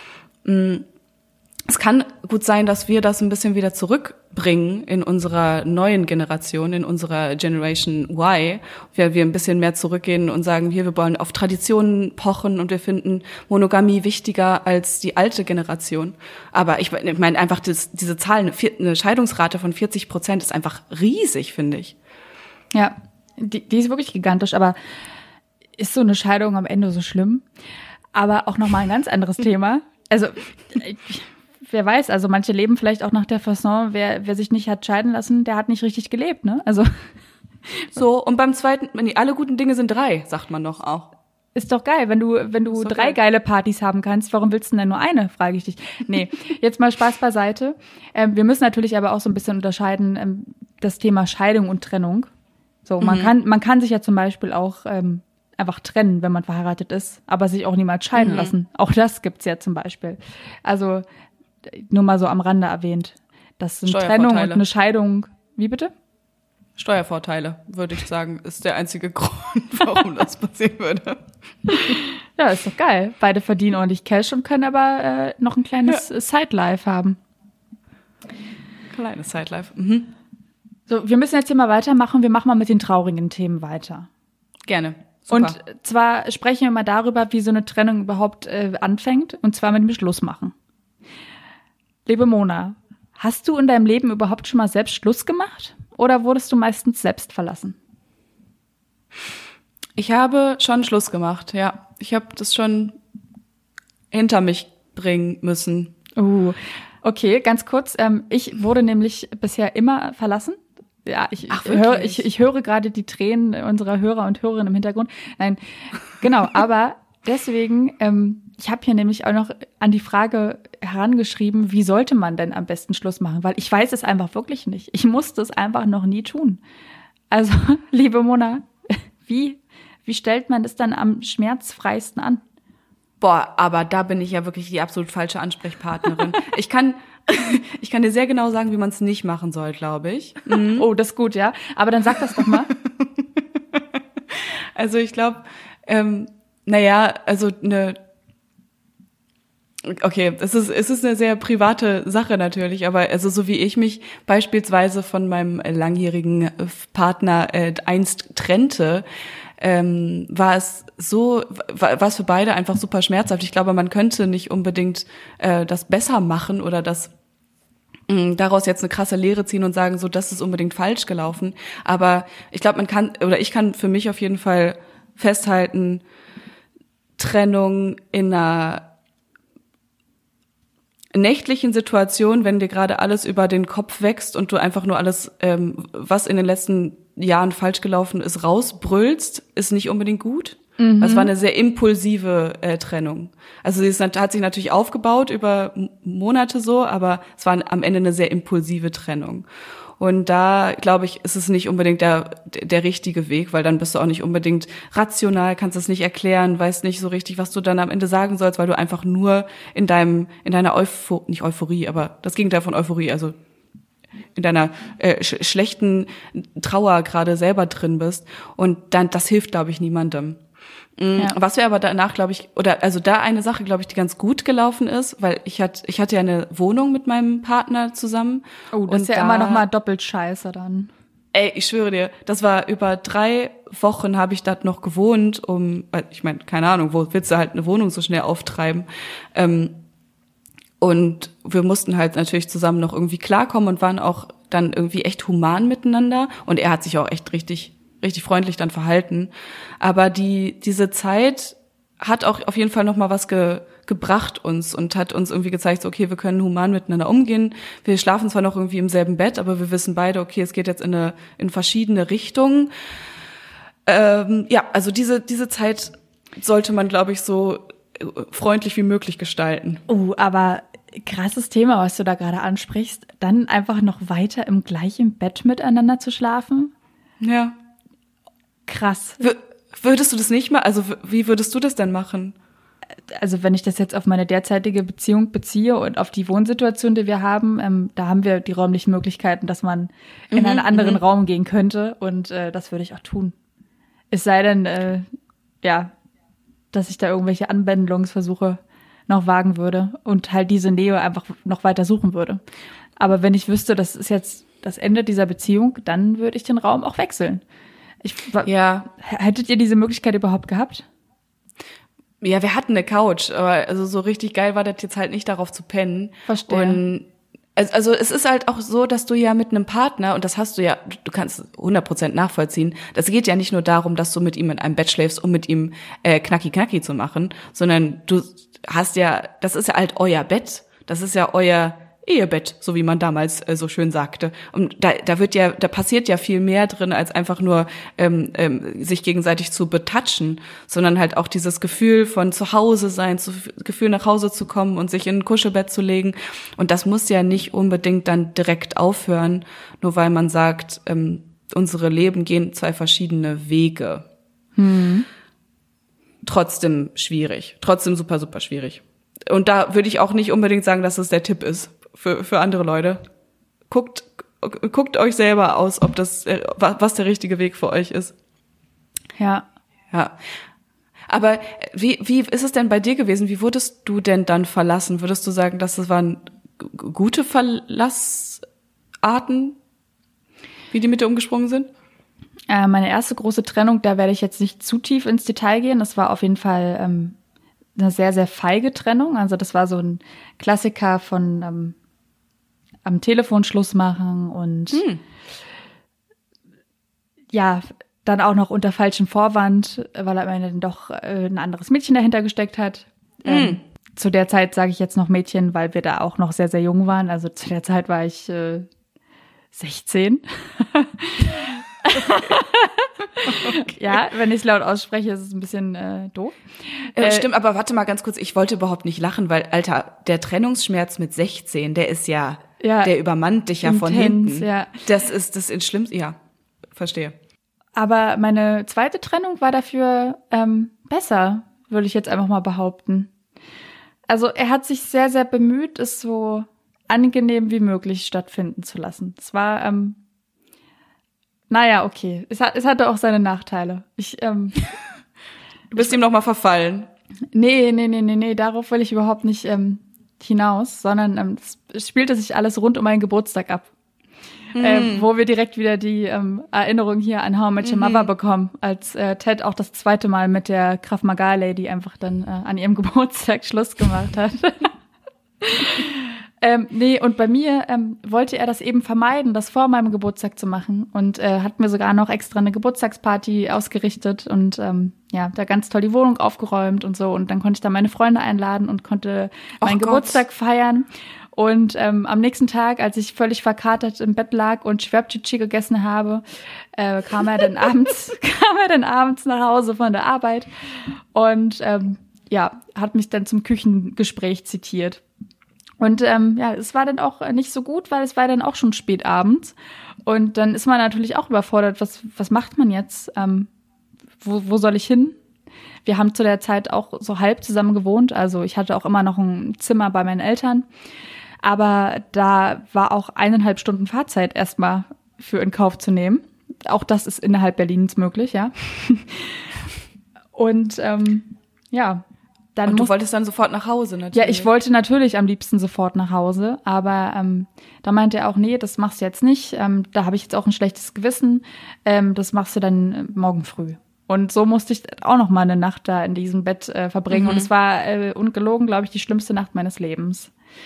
es kann gut sein, dass wir das ein bisschen wieder zurückbringen in unserer neuen Generation, in unserer Generation Y, wir ein bisschen mehr zurückgehen und sagen, hier, wir wollen auf Traditionen pochen und wir finden Monogamie wichtiger als die alte Generation. Aber ich meine einfach, diese Zahl, eine Scheidungsrate von 40% ist einfach riesig, finde ich. Ja, die ist wirklich gigantisch, aber ist so eine Scheidung am Ende so schlimm? Aber auch nochmal ein ganz anderes Thema. Also, wer weiß, also manche leben vielleicht auch nach der Fasson, wer sich nicht hat scheiden lassen, der hat nicht richtig gelebt, ne? Also. So, und beim zweiten, alle guten Dinge sind 3, sagt man doch auch. Ist doch geil, wenn du 3 geile Partys haben kannst, warum willst du denn nur eine, frage ich dich. Nee, jetzt mal Spaß beiseite. Wir müssen natürlich aber auch so ein bisschen unterscheiden, das Thema Scheidung und Trennung. So, man kann sich ja zum Beispiel auch einfach trennen, wenn man verheiratet ist, aber sich auch niemals scheiden lassen. Auch das gibt's ja zum Beispiel. Also nur mal so am Rande erwähnt, dass eine Trennung und eine Scheidung, wie bitte? Steuervorteile, würde ich sagen, ist der einzige Grund, warum das passieren würde. Ja, ist doch geil. Beide verdienen ordentlich Cash und können aber noch ein kleines Sidelife haben. Kleines Sidelife. So, wir müssen jetzt hier mal weitermachen. Wir machen mal mit den traurigen Themen weiter. Gerne. Super. Und zwar sprechen wir mal darüber, wie so eine Trennung überhaupt anfängt, und zwar mit dem Schlussmachen. Liebe Mona, hast du in deinem Leben überhaupt schon mal selbst Schluss gemacht oder wurdest du meistens selbst verlassen? Ich habe schon Schluss gemacht, ja. Ich habe das schon hinter mich bringen müssen. Okay, ganz kurz. Ich wurde nämlich bisher immer verlassen. Ja, ich höre gerade die Tränen unserer Hörer und Hörerinnen im Hintergrund. Nein, genau, aber deswegen, ich habe hier nämlich auch noch an die Frage herangeschrieben, wie sollte man denn am besten Schluss machen? Weil ich weiß es einfach wirklich nicht. Ich musste es einfach noch nie tun. Also, liebe Mona, wie stellt man das dann am schmerzfreisten an? Boah, aber da bin ich ja wirklich die absolut falsche Ansprechpartnerin. Ich kann dir sehr genau sagen, wie man es nicht machen soll, glaube ich. Oh, das ist gut, ja. Aber dann sag das doch mal. Also ich glaube, es ist eine sehr private Sache natürlich, aber also so wie ich mich beispielsweise von meinem langjährigen Partner einst trennte, war es für beide einfach super schmerzhaft. Ich glaube, man könnte nicht unbedingt das besser machen oder daraus jetzt eine krasse Lehre ziehen und sagen, so, das ist unbedingt falsch gelaufen. Aber ich glaube, ich kann für mich auf jeden Fall festhalten, Trennung in einer nächtlichen Situation, wenn dir gerade alles über den Kopf wächst und du einfach nur alles, was in den letzten Jahren falsch gelaufen ist, rausbrüllst, ist nicht unbedingt gut. Es war eine sehr impulsive Trennung. Also hat sich natürlich aufgebaut über Monate so, aber es war am Ende eine sehr impulsive Trennung. Und da, glaube ich, ist es nicht unbedingt der richtige Weg, weil dann bist du auch nicht unbedingt rational, kannst es nicht erklären, weißt nicht so richtig, was du dann am Ende sagen sollst, weil du einfach nur in deiner nicht Euphorie, aber das Gegenteil von Euphorie, also in deiner schlechten Trauer gerade selber drin bist. Und dann, das hilft, glaube ich, niemandem. Ja. Was wir aber danach, glaube ich, da eine Sache, glaube ich, die ganz gut gelaufen ist, weil ich hatte ja eine Wohnung mit meinem Partner zusammen. Oh, das ist ja immer noch mal doppelt scheiße dann. Ey, ich schwöre dir, das war über 3 Wochen habe ich dort noch gewohnt, ich meine, keine Ahnung, wo willst du halt eine Wohnung so schnell auftreiben? Und wir mussten halt natürlich zusammen noch irgendwie klarkommen und waren auch dann irgendwie echt human miteinander. Und er hat sich auch echt richtig freundlich dann verhalten. Aber diese Zeit hat auch auf jeden Fall noch mal was gebracht uns und hat uns irgendwie gezeigt, so, okay, wir können human miteinander umgehen. Wir schlafen zwar noch irgendwie im selben Bett, aber wir wissen beide, okay, es geht jetzt in verschiedene Richtungen. Also diese Zeit sollte man, glaube ich, so freundlich wie möglich gestalten. Aber krasses Thema, was du da gerade ansprichst. Dann einfach noch weiter im gleichen Bett miteinander zu schlafen? Ja. Krass. Würdest du das nicht mal? Also wie würdest du das denn machen? also wenn ich das jetzt auf meine derzeitige Beziehung beziehe und auf die Wohnsituation, die wir haben, da haben wir die räumlichen Möglichkeiten, dass man in einen anderen Raum gehen könnte und das würde ich auch tun. Es sei denn, dass ich da irgendwelche Anbändelungsversuche noch wagen würde und halt diese Nähe einfach noch weiter suchen würde. Aber wenn ich wüsste, das ist jetzt das Ende dieser Beziehung, dann würde ich den Raum auch wechseln. Hättet ihr diese Möglichkeit überhaupt gehabt? Ja, wir hatten eine Couch, aber also so richtig geil war das jetzt halt nicht, darauf zu pennen. Verstehe. Und also es ist halt auch so, dass du ja mit einem Partner, und das hast du ja, du kannst 100% nachvollziehen, das geht ja nicht nur darum, dass du mit ihm in einem Bett schläfst, um mit ihm knacki zu machen, sondern du hast ja, das ist ja halt euer Bett, das ist ja euer Ehebett, so wie man damals so schön sagte. Und da passiert ja viel mehr drin, als einfach nur sich gegenseitig zu betatschen, sondern halt auch dieses Gefühl von zu Hause sein, Gefühl nach Hause zu kommen und sich in ein Kuschelbett zu legen. Und das muss ja nicht unbedingt dann direkt aufhören, nur weil man sagt, unsere Leben gehen 2 verschiedene Wege. Trotzdem schwierig, trotzdem super, super schwierig. Und da würde ich auch nicht unbedingt sagen, dass das der Tipp ist für andere Leute. Guckt euch selber aus, ob das, was der richtige Weg für euch ist. Ja. Ja. Aber wie ist es denn bei dir gewesen? Wie wurdest du denn dann verlassen? Würdest du sagen, dass das waren gute Verlassarten, wie die mit dir umgesprungen sind? Meine erste große Trennung, da werde ich jetzt nicht zu tief ins Detail gehen. Das war auf jeden Fall eine sehr, sehr feige Trennung. Also das war so ein Klassiker von am Telefon Schluss machen und dann auch noch unter falschem Vorwand, weil am Ende dann doch ein anderes Mädchen dahinter gesteckt hat. Zu der Zeit sage ich jetzt noch Mädchen, weil wir da auch noch sehr, sehr jung waren. Also zu der Zeit war ich 16. Okay. Ja, wenn ich es laut ausspreche, ist es ein bisschen doof. Stimmt, aber warte mal ganz kurz, ich wollte überhaupt nicht lachen, weil, Alter, der Trennungsschmerz mit 16, der ist ja der übermannt dich ja intens, von hinten. Ja. Das ist das ins Schlimmste, ja, verstehe. Aber meine zweite Trennung war dafür besser, würde ich jetzt einfach mal behaupten. Also er hat sich sehr, sehr bemüht, es so angenehm wie möglich stattfinden zu lassen. Es war naja, okay. Es hatte auch seine Nachteile. Du bist ihm noch mal verfallen. Nee, darauf will ich überhaupt nicht hinaus, sondern es spielte sich alles rund um meinen Geburtstag ab. Wo wir direkt wieder die Erinnerung hier an How I Met Your Mother bekommen, als Ted auch das zweite Mal mit der Krav Maga Lady einfach dann an ihrem Geburtstag Schluss gemacht hat. Und bei mir wollte er das eben vermeiden, das vor meinem Geburtstag zu machen und hat mir sogar noch extra eine Geburtstagsparty ausgerichtet und da ganz toll die Wohnung aufgeräumt und so und dann konnte ich da meine Freunde einladen und konnte meinen Geburtstag feiern und am nächsten Tag, als ich völlig verkatert im Bett lag und Schwäbchichi gegessen habe, kam er dann abends nach Hause von der Arbeit und hat mich dann zum Küchengespräch zitiert. Und es war dann auch nicht so gut, weil es war dann auch schon spät abends. Und dann ist man natürlich auch überfordert, was macht man jetzt? Wo soll ich hin? Wir haben zu der Zeit auch so halb zusammen gewohnt. Also ich hatte auch immer noch ein Zimmer bei meinen Eltern. Aber da war auch 1,5 Stunden Fahrzeit erstmal für in Kauf zu nehmen. Auch das ist innerhalb Berlins möglich, ja. Und dann und du wolltest dann sofort nach Hause, natürlich. Ja, ich wollte natürlich am liebsten sofort nach Hause, aber da meinte er auch, nee, das machst du jetzt nicht. Da habe ich jetzt auch ein schlechtes Gewissen. Das machst du dann morgen früh. Und so musste ich auch noch mal eine Nacht da in diesem Bett verbringen. Und es war ungelogen, glaube ich, die schlimmste Nacht meines Lebens.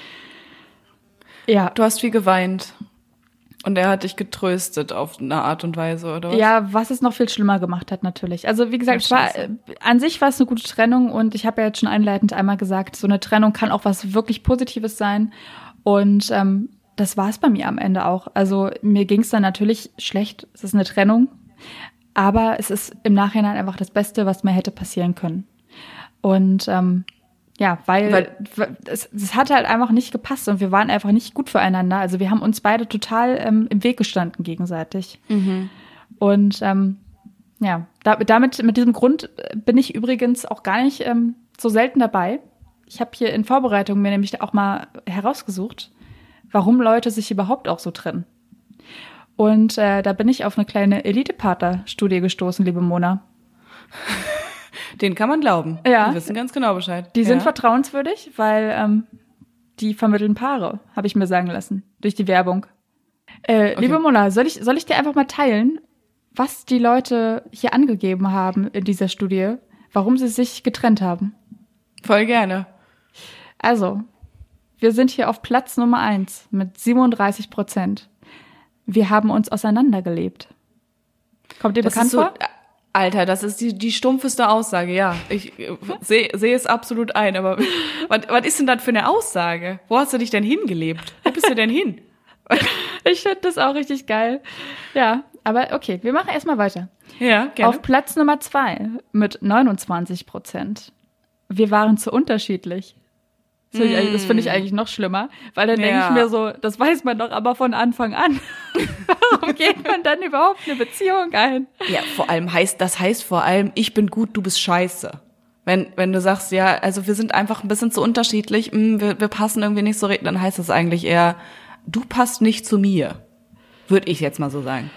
Ja. Du hast viel geweint. Und er hat dich getröstet auf eine Art und Weise, oder was? Ja, was es noch viel schlimmer gemacht hat, natürlich. Also wie gesagt, an sich war es eine gute Trennung und ich habe ja jetzt schon einleitend einmal gesagt, so eine Trennung kann auch was wirklich Positives sein. Und das war es bei mir am Ende auch. Also mir ging es dann natürlich schlecht, es ist eine Trennung, aber es ist im Nachhinein einfach das Beste, was mir hätte passieren können. Und weil es hat halt einfach nicht gepasst und wir waren einfach nicht gut füreinander. Also wir haben uns beide total im Weg gestanden gegenseitig. Mhm. Und mit diesem Grund bin ich übrigens auch gar nicht so selten dabei. Ich habe hier in Vorbereitung mir nämlich auch mal herausgesucht, warum Leute sich überhaupt auch so trennen. Und da bin ich auf eine kleine Elite-Partner-Studie gestoßen, liebe Mona. Den kann man glauben. Ja. Die wissen ganz genau Bescheid. Die sind vertrauenswürdig, weil die vermitteln Paare, habe ich mir sagen lassen, durch die Werbung. Okay. Liebe Mona, soll ich dir einfach mal teilen, was die Leute hier angegeben haben in dieser Studie, warum sie sich getrennt haben? Voll gerne. Also, wir sind hier auf Platz Nummer 1 mit 37%. Wir haben uns auseinandergelebt. Kommt dir bekannt vor? Alter, das ist die stumpfeste Aussage, ja. Ich sehe es absolut ein, aber was ist denn das für eine Aussage? Wo hast du dich denn hingelebt? Wo bist du denn hin? Ich finde das auch richtig geil. Ja, aber okay, wir machen erstmal weiter. Ja, gerne. Auf Platz Nummer 2 mit 29%. Wir waren zu unterschiedlich. Das finde ich eigentlich noch schlimmer, weil dann denke ich mir so, das weiß man doch aber von Anfang an. Warum geht man dann überhaupt eine Beziehung ein? Ja, das heißt vor allem, ich bin gut, du bist scheiße. Wenn du sagst, ja, also wir sind einfach ein bisschen zu unterschiedlich, wir passen irgendwie nicht so, dann heißt das eigentlich eher, du passt nicht zu mir. Würde ich jetzt mal so sagen.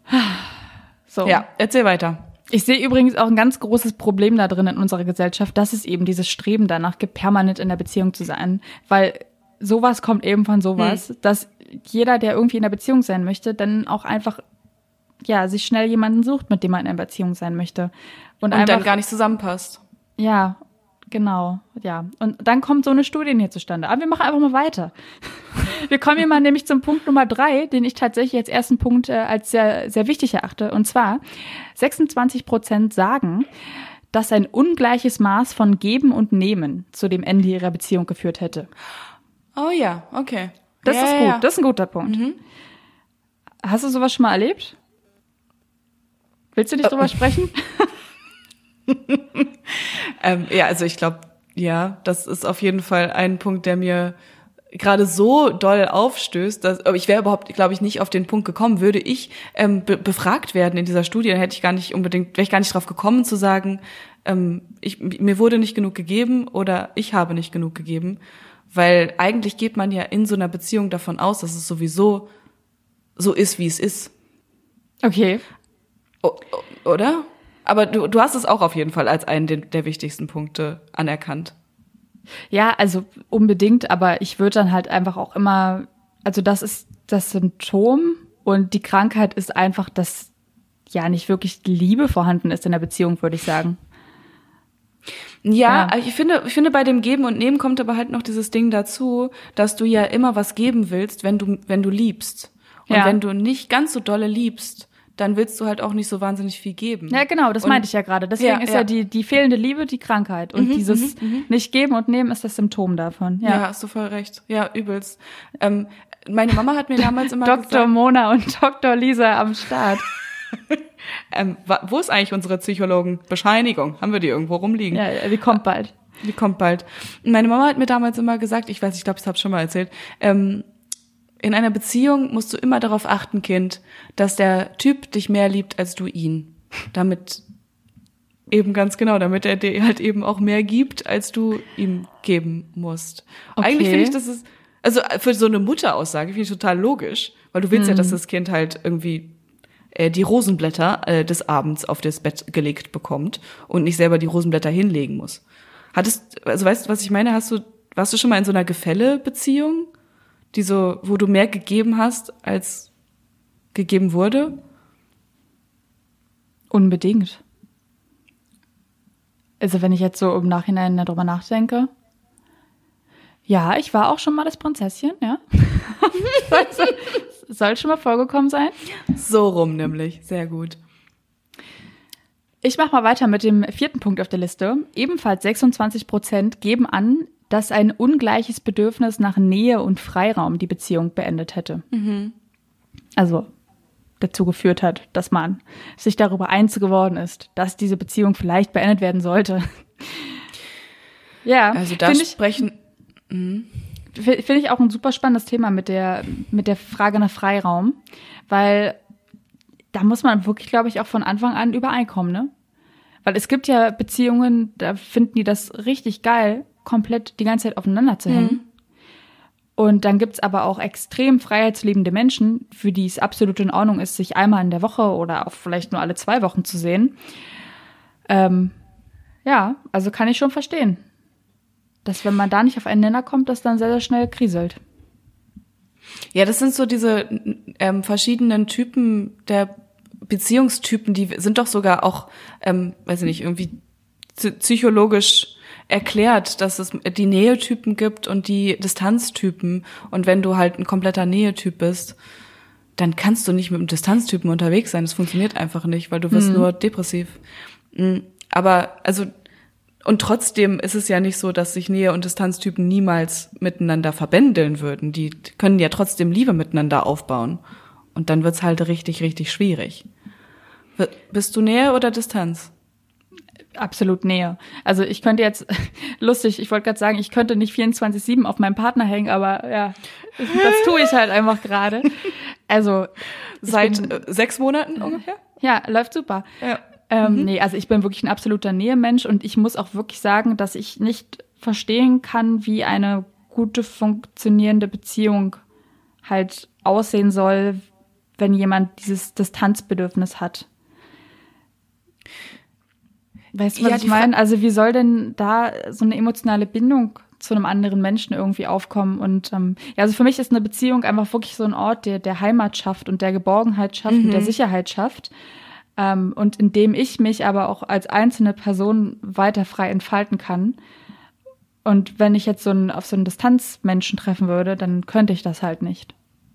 So. Ja, erzähl weiter. Ich sehe übrigens auch ein ganz großes Problem da drin in unserer Gesellschaft, dass es eben dieses Streben danach gibt, permanent in der Beziehung zu sein. Weil sowas kommt eben von sowas, dass jeder, der irgendwie in der Beziehung sein möchte, dann auch einfach, ja, sich schnell jemanden sucht, mit dem man in der Beziehung sein möchte. Und einfach, dann gar nicht zusammenpasst. Ja, genau, ja. Und dann kommt so eine Studie hier zustande. Aber wir machen einfach mal weiter. Wir kommen hier mal nämlich zum Punkt Nummer 3, den ich tatsächlich als ersten Punkt als sehr, sehr wichtig erachte. Und zwar 26% sagen, dass ein ungleiches Maß von Geben und Nehmen zu dem Ende ihrer Beziehung geführt hätte. Oh ja, okay. Das ist gut, das ist ein guter Punkt. Mhm. Hast du sowas schon mal erlebt? Willst du nicht drüber sprechen? Ja, also ich glaube, ja, das ist auf jeden Fall ein Punkt, der mir gerade so doll aufstößt, aber ich wäre überhaupt, glaube ich, nicht auf den Punkt gekommen, würde ich befragt werden in dieser Studie, dann wäre ich gar nicht drauf gekommen zu sagen, mir wurde nicht genug gegeben oder ich habe nicht genug gegeben, weil eigentlich geht man ja in so einer Beziehung davon aus, dass es sowieso so ist, wie es ist. Okay. Oder? Aber du hast es auch auf jeden Fall als einen der wichtigsten Punkte anerkannt. Ja, also unbedingt, aber ich würde dann halt einfach auch immer, also das ist das Symptom und die Krankheit ist einfach, dass ja nicht wirklich Liebe vorhanden ist in der Beziehung, würde ich sagen. Ja, ich finde, bei dem Geben und Nehmen kommt aber halt noch dieses Ding dazu, dass du ja immer was geben willst, wenn du liebst. Und wenn du nicht ganz so dolle liebst, dann willst du halt auch nicht so wahnsinnig viel geben. Ja, genau, das meinte ich ja gerade. Deswegen ist ja die fehlende Liebe die Krankheit. Und dieses nicht geben und nehmen ist das Symptom davon. Ja, hast du voll recht. Ja, übelst. Meine Mama hat mir damals immer gesagt... Dr. Mona und Dr. Lisa am Start. Wo ist eigentlich unsere Psychologenbescheinigung? Haben wir die irgendwo rumliegen? Ja, die kommt bald. Die kommt bald. Meine Mama hat mir damals immer gesagt, ich glaube, ich habe es schon mal erzählt, in einer Beziehung musst du immer darauf achten, Kind, dass der Typ dich mehr liebt als du ihn. Damit er dir halt eben auch mehr gibt, als du ihm geben musst. Okay. Eigentlich finde ich, das ist, also für so eine Mutteraussage finde ich total logisch, weil du willst ja, dass das Kind halt irgendwie die Rosenblätter des Abends auf das Bett gelegt bekommt und nicht selber die Rosenblätter hinlegen muss. Weißt du, was ich meine? Warst du schon mal in so einer Gefälle-Beziehung? Wo du mehr gegeben hast, als gegeben wurde? Unbedingt. Also wenn ich jetzt so im Nachhinein darüber nachdenke. Ja, ich war auch schon mal das Prinzesschen, ja. Soll schon mal vorgekommen sein. So rum nämlich, sehr gut. Ich mache mal weiter mit dem 4. Punkt auf der Liste. Ebenfalls 26% geben an, dass ein ungleiches Bedürfnis nach Nähe und Freiraum die Beziehung beendet hätte. Mhm. Also dazu geführt hat, dass man sich darüber einig geworden ist, dass diese Beziehung vielleicht beendet werden sollte. Ja, also da sprechen... Finde ich auch ein super spannendes Thema mit der Frage nach Freiraum, weil da muss man wirklich, glaube ich, auch von Anfang an übereinkommen, ne? Weil es gibt ja Beziehungen, da finden die das richtig geil, komplett die ganze Zeit aufeinander zu hängen. Und dann gibt's aber auch extrem freiheitsliebende Menschen, für die es absolut in Ordnung ist, sich einmal in der Woche oder auch vielleicht nur alle 2 Wochen zu sehen. Ja, also kann ich schon verstehen, dass wenn man da nicht auf einen Nenner kommt, das dann sehr, sehr schnell kriselt. Ja, das sind so diese verschiedenen Typen der Beziehungstypen, die sind doch sogar auch, weiß ich nicht, irgendwie psychologisch erklärt, dass es die Nähetypen gibt und die Distanztypen. Und wenn du halt ein kompletter Nähetyp bist, dann kannst du nicht mit einem Distanztypen unterwegs sein. Das funktioniert einfach nicht, weil du wirst nur depressiv. Aber und trotzdem ist es ja nicht so, dass sich Nähe- und Distanztypen niemals miteinander verbändeln würden. Die können ja trotzdem Liebe miteinander aufbauen. Und dann wird's halt richtig, richtig schwierig. Bist du Nähe oder Distanz? Absolut Nähe. Also ich könnte jetzt, lustig, ich wollte gerade sagen, ich könnte nicht 24/7 auf meinem Partner hängen, aber ja, das tue ich halt einfach gerade. Also seit 6 Monaten ungefähr? Ja, läuft super. Ja. Nee, also ich bin wirklich ein absoluter Nähemensch und ich muss auch wirklich sagen, dass ich nicht verstehen kann, wie eine gute, funktionierende Beziehung halt aussehen soll, wenn jemand dieses Distanzbedürfnis hat. Weißt du, was ich meine? Also wie soll denn da so eine emotionale Bindung zu einem anderen Menschen irgendwie aufkommen? Und ja, also für mich ist eine Beziehung einfach wirklich so ein Ort, der Heimat schafft und der Geborgenheit schafft und der Sicherheit schafft. Und in dem ich mich aber auch als einzelne Person weiter frei entfalten kann. Und wenn ich jetzt auf so einen Distanzmenschen treffen würde, dann könnte ich das halt nicht.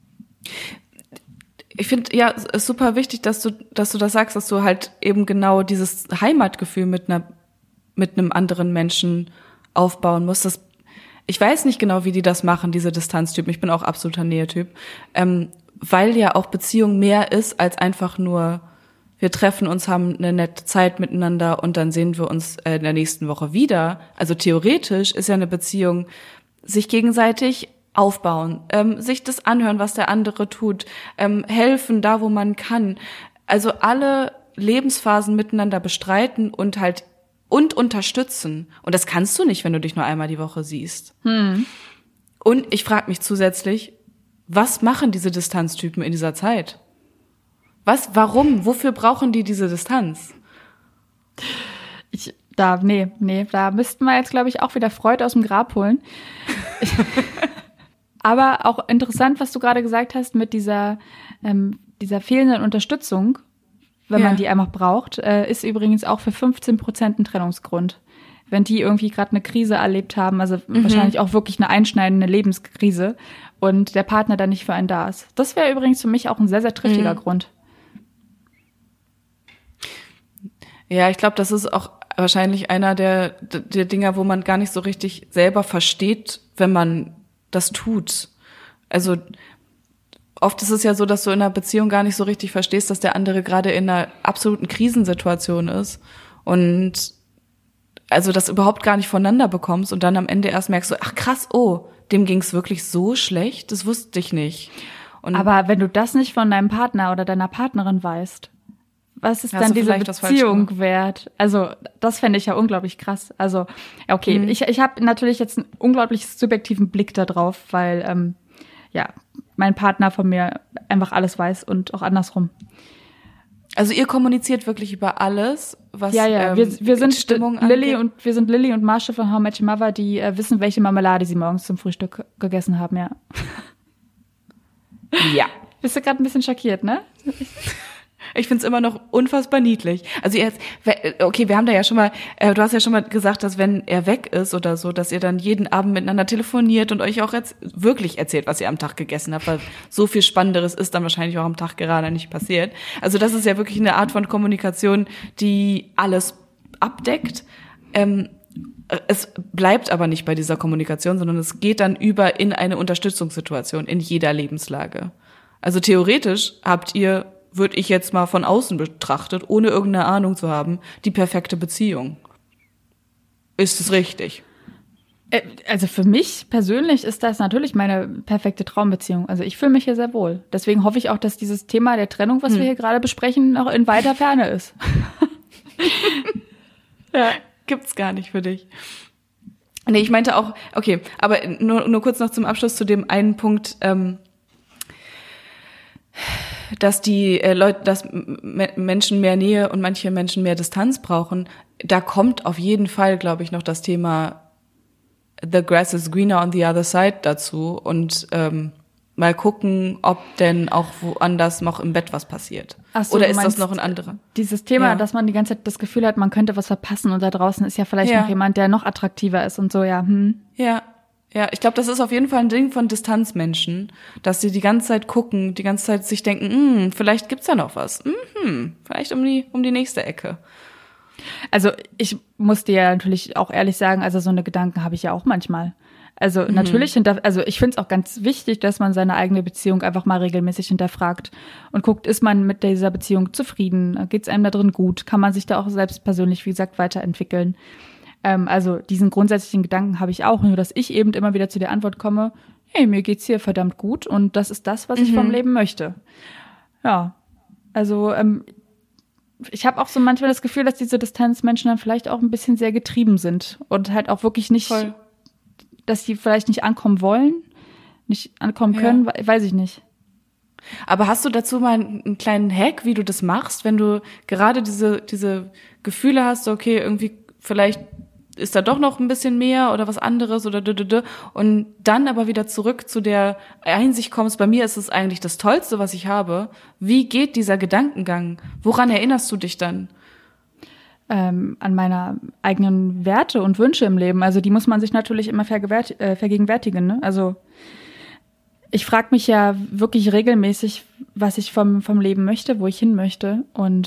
Ich finde, ja, es ist super wichtig, dass du das sagst, dass du halt eben genau dieses Heimatgefühl mit einem anderen Menschen aufbauen musst. Ich weiß nicht genau, wie die das machen, diese Distanztypen. Ich bin auch absoluter Nähetyp. Weil ja auch Beziehung mehr ist als einfach nur, wir treffen uns, haben eine nette Zeit miteinander und dann sehen wir uns in der nächsten Woche wieder. Also theoretisch ist ja eine Beziehung sich gegenseitig aufbauen, sich das anhören, was der andere tut, helfen da, wo man kann. Also alle Lebensphasen miteinander bestreiten und unterstützen. Und das kannst du nicht, wenn du dich nur einmal die Woche siehst. Und ich frage mich zusätzlich, was machen diese Distanztypen in dieser Zeit? Wofür brauchen die diese Distanz? Da müssten wir jetzt, glaube ich, auch wieder Freud aus dem Grab holen. Aber auch interessant, was du gerade gesagt hast mit dieser fehlenden Unterstützung, wenn man die einfach braucht, ist übrigens auch für 15% ein Trennungsgrund. Wenn die irgendwie gerade eine Krise erlebt haben, also wahrscheinlich auch wirklich eine einschneidende Lebenskrise und der Partner dann nicht für einen da ist. Das wäre übrigens für mich auch ein sehr, sehr triftiger Grund. Ja, ich glaube, das ist auch wahrscheinlich einer der Dinger, wo man gar nicht so richtig selber versteht, wenn man das tut. Also oft ist es ja so, dass du in einer Beziehung gar nicht so richtig verstehst, dass der andere gerade in einer absoluten Krisensituation ist und also das überhaupt gar nicht voneinander bekommst und dann am Ende erst merkst du, ach krass, oh, dem ging's wirklich so schlecht, das wusste ich nicht. Aber wenn du das nicht von deinem Partner oder deiner Partnerin weißt, was ist dann diese Beziehung wert? Also das fände ich ja unglaublich krass. Also okay, ich habe natürlich jetzt einen unglaublich subjektiven Blick da drauf, weil mein Partner von mir einfach alles weiß und auch andersrum. Also ihr kommuniziert wirklich über alles, was wir sind Stimmung angeht? Wir sind Lilly und Marsha von How I Met Your Mother, die wissen, welche Marmelade sie morgens zum Frühstück gegessen haben, ja. Ja. Bist du gerade ein bisschen schockiert, ne? Ich find's immer noch unfassbar niedlich. Also okay, wir haben da ja schon mal, du hast ja schon mal gesagt, dass wenn er weg ist oder so, dass ihr dann jeden Abend miteinander telefoniert und euch auch wirklich erzählt, was ihr am Tag gegessen habt, weil so viel Spannenderes ist dann wahrscheinlich auch am Tag gerade nicht passiert. Also das ist ja wirklich eine Art von Kommunikation, die alles abdeckt. Es bleibt aber nicht bei dieser Kommunikation, sondern es geht dann über in eine Unterstützungssituation in jeder Lebenslage. Also theoretisch habt ihr, würde ich jetzt mal von außen betrachtet, ohne irgendeine Ahnung zu haben, die perfekte Beziehung. Ist es richtig? Also für mich persönlich ist das natürlich meine perfekte Traumbeziehung. Also ich fühle mich hier sehr wohl. Deswegen hoffe ich auch, dass dieses Thema der Trennung, was wir hier gerade besprechen, noch in weiter Ferne ist. Ja. Gibt's gar nicht für dich. Nee, ich meinte auch, okay, aber nur kurz noch zum Abschluss zu dem einen Punkt, dass die dass Menschen mehr Nähe und manche Menschen mehr Distanz brauchen. Da kommt auf jeden Fall, glaube ich, noch das Thema The grass is greener on the other side dazu und mal gucken, ob denn auch woanders noch im Bett was passiert. Ach so, oder ist das noch ein anderer? Dieses Thema, dass man die ganze Zeit das Gefühl hat, man könnte was verpassen und da draußen ist ja vielleicht noch jemand, der noch attraktiver ist und so, ja. Ja, ich glaube, das ist auf jeden Fall ein Ding von Distanzmenschen, dass sie die ganze Zeit gucken, die ganze Zeit sich denken, vielleicht gibt's ja noch was. Vielleicht um die nächste Ecke. Also ich muss dir ja natürlich auch ehrlich sagen, also so eine Gedanken habe ich ja auch manchmal. Also natürlich, also ich finde es auch ganz wichtig, dass man seine eigene Beziehung einfach mal regelmäßig hinterfragt und guckt, ist man mit dieser Beziehung zufrieden? Geht's einem da drin gut? Kann man sich da auch selbst persönlich, wie gesagt, weiterentwickeln? Also diesen grundsätzlichen Gedanken habe ich auch, nur dass ich eben immer wieder zu der Antwort komme, hey, mir geht's hier verdammt gut und das ist das, was ich vom Leben möchte. Ja, also ich habe auch so manchmal das Gefühl, dass diese Distanzmenschen dann vielleicht auch ein bisschen sehr getrieben sind und halt auch wirklich nicht, dass die vielleicht nicht ankommen wollen, nicht ankommen können, weiß ich nicht. Aber hast du dazu mal einen kleinen Hack, wie du das machst, wenn du gerade diese Gefühle hast, okay, irgendwie vielleicht ist da doch noch ein bisschen mehr oder was anderes oder und dann aber wieder zurück zu der Einsicht kommst, bei mir ist es eigentlich das Tollste, was ich habe. Wie geht dieser Gedankengang? Woran erinnerst du dich dann? An meine eigenen Werte und Wünsche im Leben. Also die muss man sich natürlich immer vergegenwärtigen. Ne? Also ich frage mich ja wirklich regelmäßig, was ich vom Leben möchte, wo ich hin möchte. Und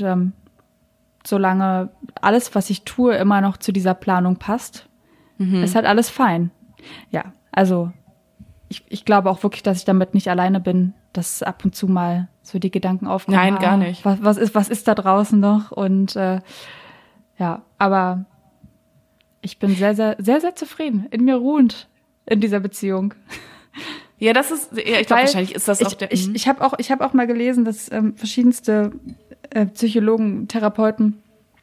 solange alles, was ich tue, immer noch zu dieser Planung passt, ist halt alles fein. Ja, also ich glaube auch wirklich, dass ich damit nicht alleine bin, dass ab und zu mal so die Gedanken aufkommen. Nein, gar nicht. Was ist da draußen noch? Und ja, aber ich bin sehr, sehr, sehr, sehr zufrieden, in mir ruhend in dieser Beziehung. Ja, das ist, ja, ich glaube, wahrscheinlich ist das auch der. Ich habe auch mal gelesen, dass verschiedenste Psychologen, Therapeuten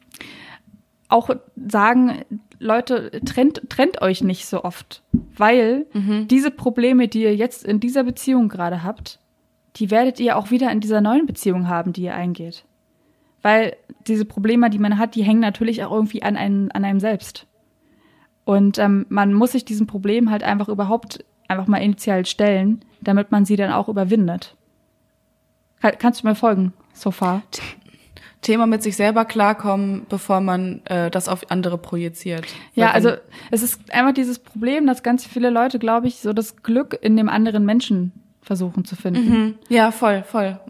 auch sagen, Leute, trennt euch nicht so oft, weil diese Probleme, die ihr jetzt in dieser Beziehung gerade habt, die werdet ihr auch wieder in dieser neuen Beziehung haben, die ihr eingeht. Weil diese Probleme, die man hat, die hängen natürlich auch irgendwie an einem selbst. Und man muss sich diesem Problem halt einfach mal initial stellen, damit man sie dann auch überwindet. Kannst du mir folgen, so far? Thema mit sich selber klarkommen, bevor man das auf andere projiziert. Ja, also es ist einfach dieses Problem, dass ganz viele Leute, glaube ich, so das Glück in dem anderen Menschen versuchen zu finden. Ja, voll.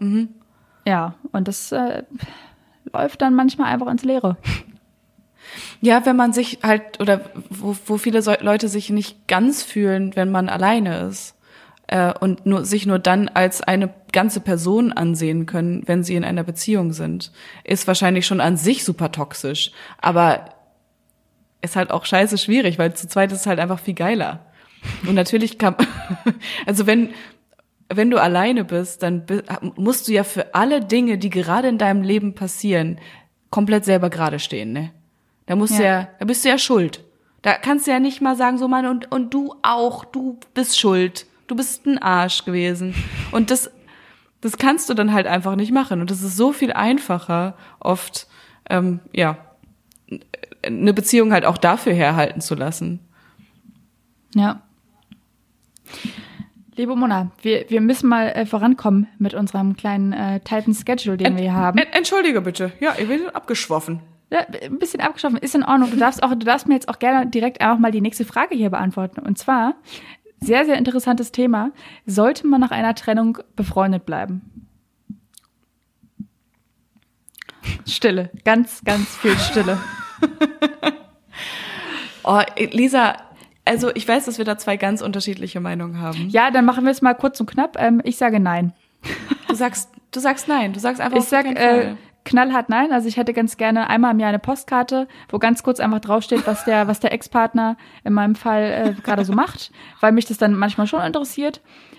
Ja, und das läuft dann manchmal einfach ins Leere. Ja, wenn man sich halt, oder wo viele Leute sich nicht ganz fühlen, wenn man alleine ist und sich nur dann als eine ganze Person ansehen können, wenn sie in einer Beziehung sind, ist wahrscheinlich schon an sich super toxisch. Aber ist halt auch scheiße schwierig, weil zu zweit ist es halt einfach viel geiler. Und natürlich also wenn du alleine bist, dann musst du ja für alle Dinge, die gerade in deinem Leben passieren, komplett selber gerade stehen, ne? Da bist du ja schuld. Da kannst du ja nicht mal sagen, so Mann, und du auch, du bist schuld. Du bist ein Arsch gewesen. Und das kannst du dann halt einfach nicht machen. Und das ist so viel einfacher, oft, eine Beziehung halt auch dafür herhalten zu lassen. Ja. Liebe Mona, wir müssen mal vorankommen mit unserem kleinen tighten Schedule, den wir hier haben. Entschuldige bitte. Ja, ich bin abgeschwoffen. Ja, ein bisschen abgeschwoffen, ist in Ordnung. Du darfst mir jetzt auch gerne direkt einfach mal die nächste Frage hier beantworten. Und zwar, sehr, sehr interessantes Thema. Sollte man nach einer Trennung befreundet bleiben? Stille. Ganz, ganz viel Stille. Oh, Lisa, also ich weiß, dass wir da zwei ganz unterschiedliche Meinungen haben. Ja, dann machen wir es mal kurz und knapp. Ich sage nein. Du sagst nein. Du sagst einfach ich sag knallhart nein. Also ich hätte ganz gerne einmal im Jahr eine Postkarte, wo ganz kurz einfach draufsteht, was der Ex-Partner in meinem Fall gerade so macht, weil mich das dann manchmal schon interessiert.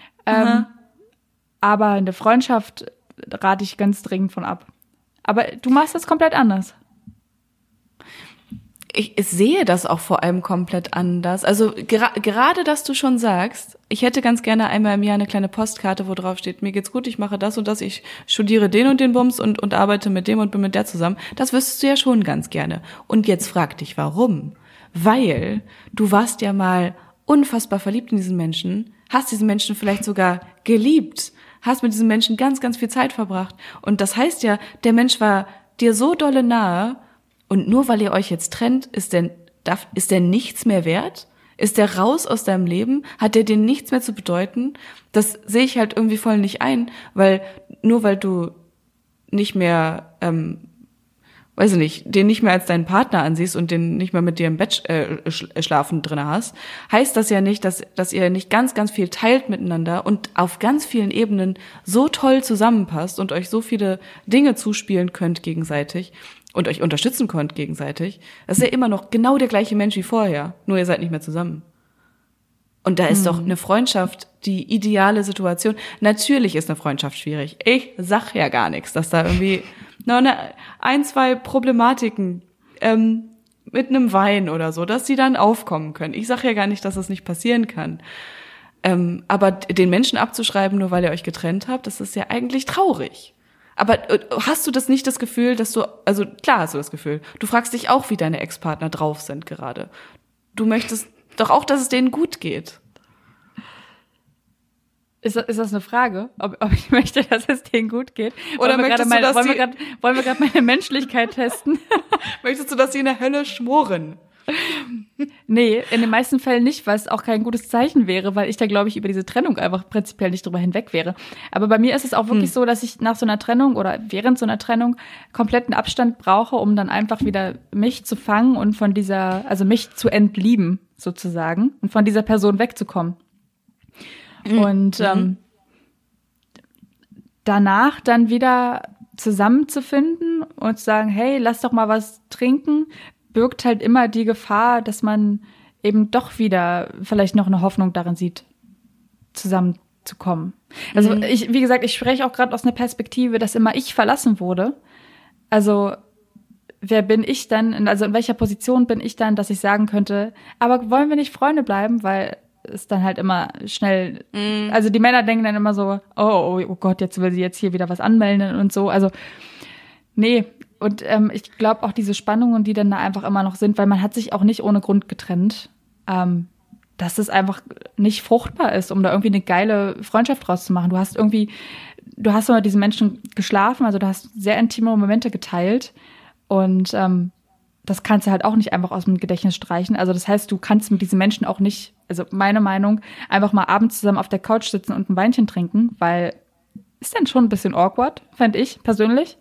Aber eine Freundschaft rate ich ganz dringend von ab. Aber du machst das komplett anders. ich sehe das auch vor allem komplett anders. Also gerade, dass du schon sagst, ich hätte ganz gerne einmal im Jahr eine kleine Postkarte, wo drauf steht, mir geht's gut, ich mache das und das, ich studiere den und den Bums und arbeite mit dem und bin mit der zusammen. Das wüsstest du ja schon ganz gerne. Und jetzt frag dich, warum? Weil du warst ja mal unfassbar verliebt in diesen Menschen, hast diesen Menschen vielleicht sogar geliebt, hast mit diesem Menschen ganz, ganz viel Zeit verbracht. Und das heißt ja, der Mensch war dir so dolle nahe, und nur weil ihr euch jetzt trennt, ist der nichts mehr wert? Ist der raus aus deinem Leben? Hat der dir nichts mehr zu bedeuten? Das sehe ich halt irgendwie voll nicht ein, weil nur weil du nicht mehr, weiß ich nicht, den nicht mehr als deinen Partner ansiehst und den nicht mehr mit dir im Bett schlafen drin hast, heißt das ja nicht, dass ihr nicht ganz, ganz viel teilt miteinander und auf ganz vielen Ebenen so toll zusammenpasst und euch so viele Dinge zuspielen könnt gegenseitig und euch unterstützen könnt gegenseitig. Das ist ja immer noch genau der gleiche Mensch wie vorher, nur ihr seid nicht mehr zusammen. Und da ist doch eine Freundschaft die ideale Situation. Natürlich ist eine Freundschaft schwierig. Ich sag ja gar nichts, dass da irgendwie noch ein, zwei Problematiken mit einem Wein oder so, dass die dann aufkommen können. Ich sag ja gar nicht, dass das nicht passieren kann. Aber den Menschen abzuschreiben, nur weil ihr euch getrennt habt, das ist ja eigentlich traurig. Aber hast du das nicht das Gefühl, dass also klar hast du das Gefühl, du fragst dich auch, wie deine Ex-Partner drauf sind gerade. Du möchtest doch auch, dass es denen gut geht. Ist das eine Frage, ob ich möchte, dass es denen gut geht? Oder wollen wir gerade meine Menschlichkeit testen? Möchtest du, dass sie in der Hölle schmoren? Nee, in den meisten Fällen nicht, weil es auch kein gutes Zeichen wäre, weil ich da, glaube ich, über diese Trennung einfach prinzipiell nicht drüber hinweg wäre. Aber bei mir ist es auch wirklich so, dass ich nach so einer Trennung oder während so einer Trennung kompletten Abstand brauche, um dann einfach wieder mich zu fangen und von mich zu entlieben, sozusagen, und von dieser Person wegzukommen. Und danach dann wieder zusammenzufinden und zu sagen, hey, lass doch mal was trinken, birgt halt immer die Gefahr, dass man eben doch wieder vielleicht noch eine Hoffnung darin sieht, zusammenzukommen. Also wie gesagt, ich spreche auch gerade aus einer Perspektive, dass immer ich verlassen wurde. Also wer bin ich dann, also in welcher Position bin ich dann, dass ich sagen könnte, aber wollen wir nicht Freunde bleiben, weil es dann halt immer schnell, also die Männer denken dann immer so, oh Gott, jetzt will sie jetzt hier wieder was anmelden und so, also nee. Und ich glaube auch diese Spannungen, die dann da einfach immer noch sind, weil man hat sich auch nicht ohne Grund getrennt, dass es einfach nicht fruchtbar ist, um da irgendwie eine geile Freundschaft draus zu machen. Du hast mit diesen Menschen geschlafen, also du hast sehr intime Momente geteilt und das kannst du halt auch nicht einfach aus dem Gedächtnis streichen. Also das heißt, du kannst mit diesen Menschen auch nicht, also meine Meinung, einfach mal abends zusammen auf der Couch sitzen und ein Weinchen trinken, weil ist dann schon ein bisschen awkward, fände ich persönlich.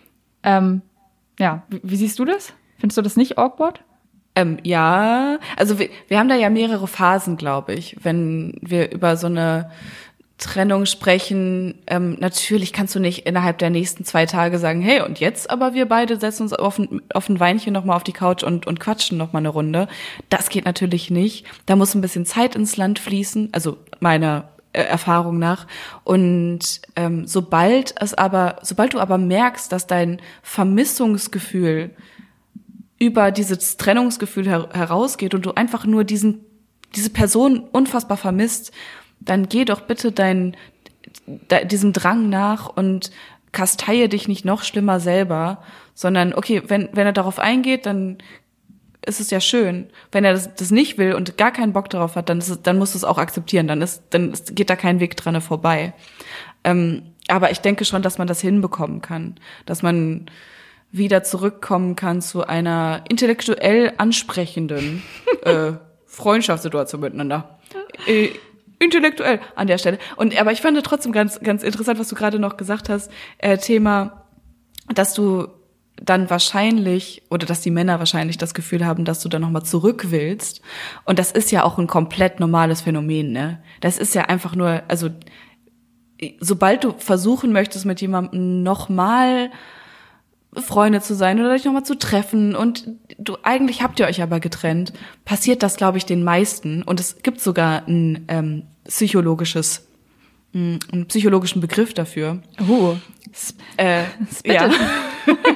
Ja, wie siehst du das? Findest du das nicht awkward? Ja, also wir haben da ja mehrere Phasen, glaube ich, wenn wir über so eine Trennung sprechen. Natürlich kannst du nicht innerhalb der nächsten 2 Tage sagen, hey, und jetzt aber wir beide setzen uns auf ein Weinchen nochmal auf die Couch und quatschen nochmal eine Runde. Das geht natürlich nicht. Da muss ein bisschen Zeit ins Land fließen, also meiner Erfahrung nach. Und sobald du aber merkst, dass dein Vermissungsgefühl über dieses Trennungsgefühl herausgeht und du einfach nur diese Person unfassbar vermisst, dann geh doch bitte diesem Drang nach und kasteihe dich nicht noch schlimmer selber, sondern okay, wenn er darauf eingeht, dann ist es ja schön. Wenn er das nicht will und gar keinen Bock darauf hat, dann musst du es auch akzeptieren. Dann geht da kein Weg dran vorbei. Aber ich denke schon, dass man das hinbekommen kann, dass man wieder zurückkommen kann zu einer intellektuell ansprechenden Freundschaftssituation miteinander. Intellektuell an der Stelle. Aber ich fand trotzdem ganz, ganz interessant, was du gerade noch gesagt hast, Thema, dass du dann wahrscheinlich, oder dass die Männer wahrscheinlich das Gefühl haben, dass du dann nochmal zurück willst. Und das ist ja auch ein komplett normales Phänomen, ne? Das ist ja einfach nur, also sobald du versuchen möchtest, mit jemandem nochmal Freunde zu sein oder dich nochmal zu treffen und eigentlich habt ihr euch aber getrennt, passiert das, glaube ich, den meisten. Und es gibt sogar einen psychologischen Begriff dafür. Ja.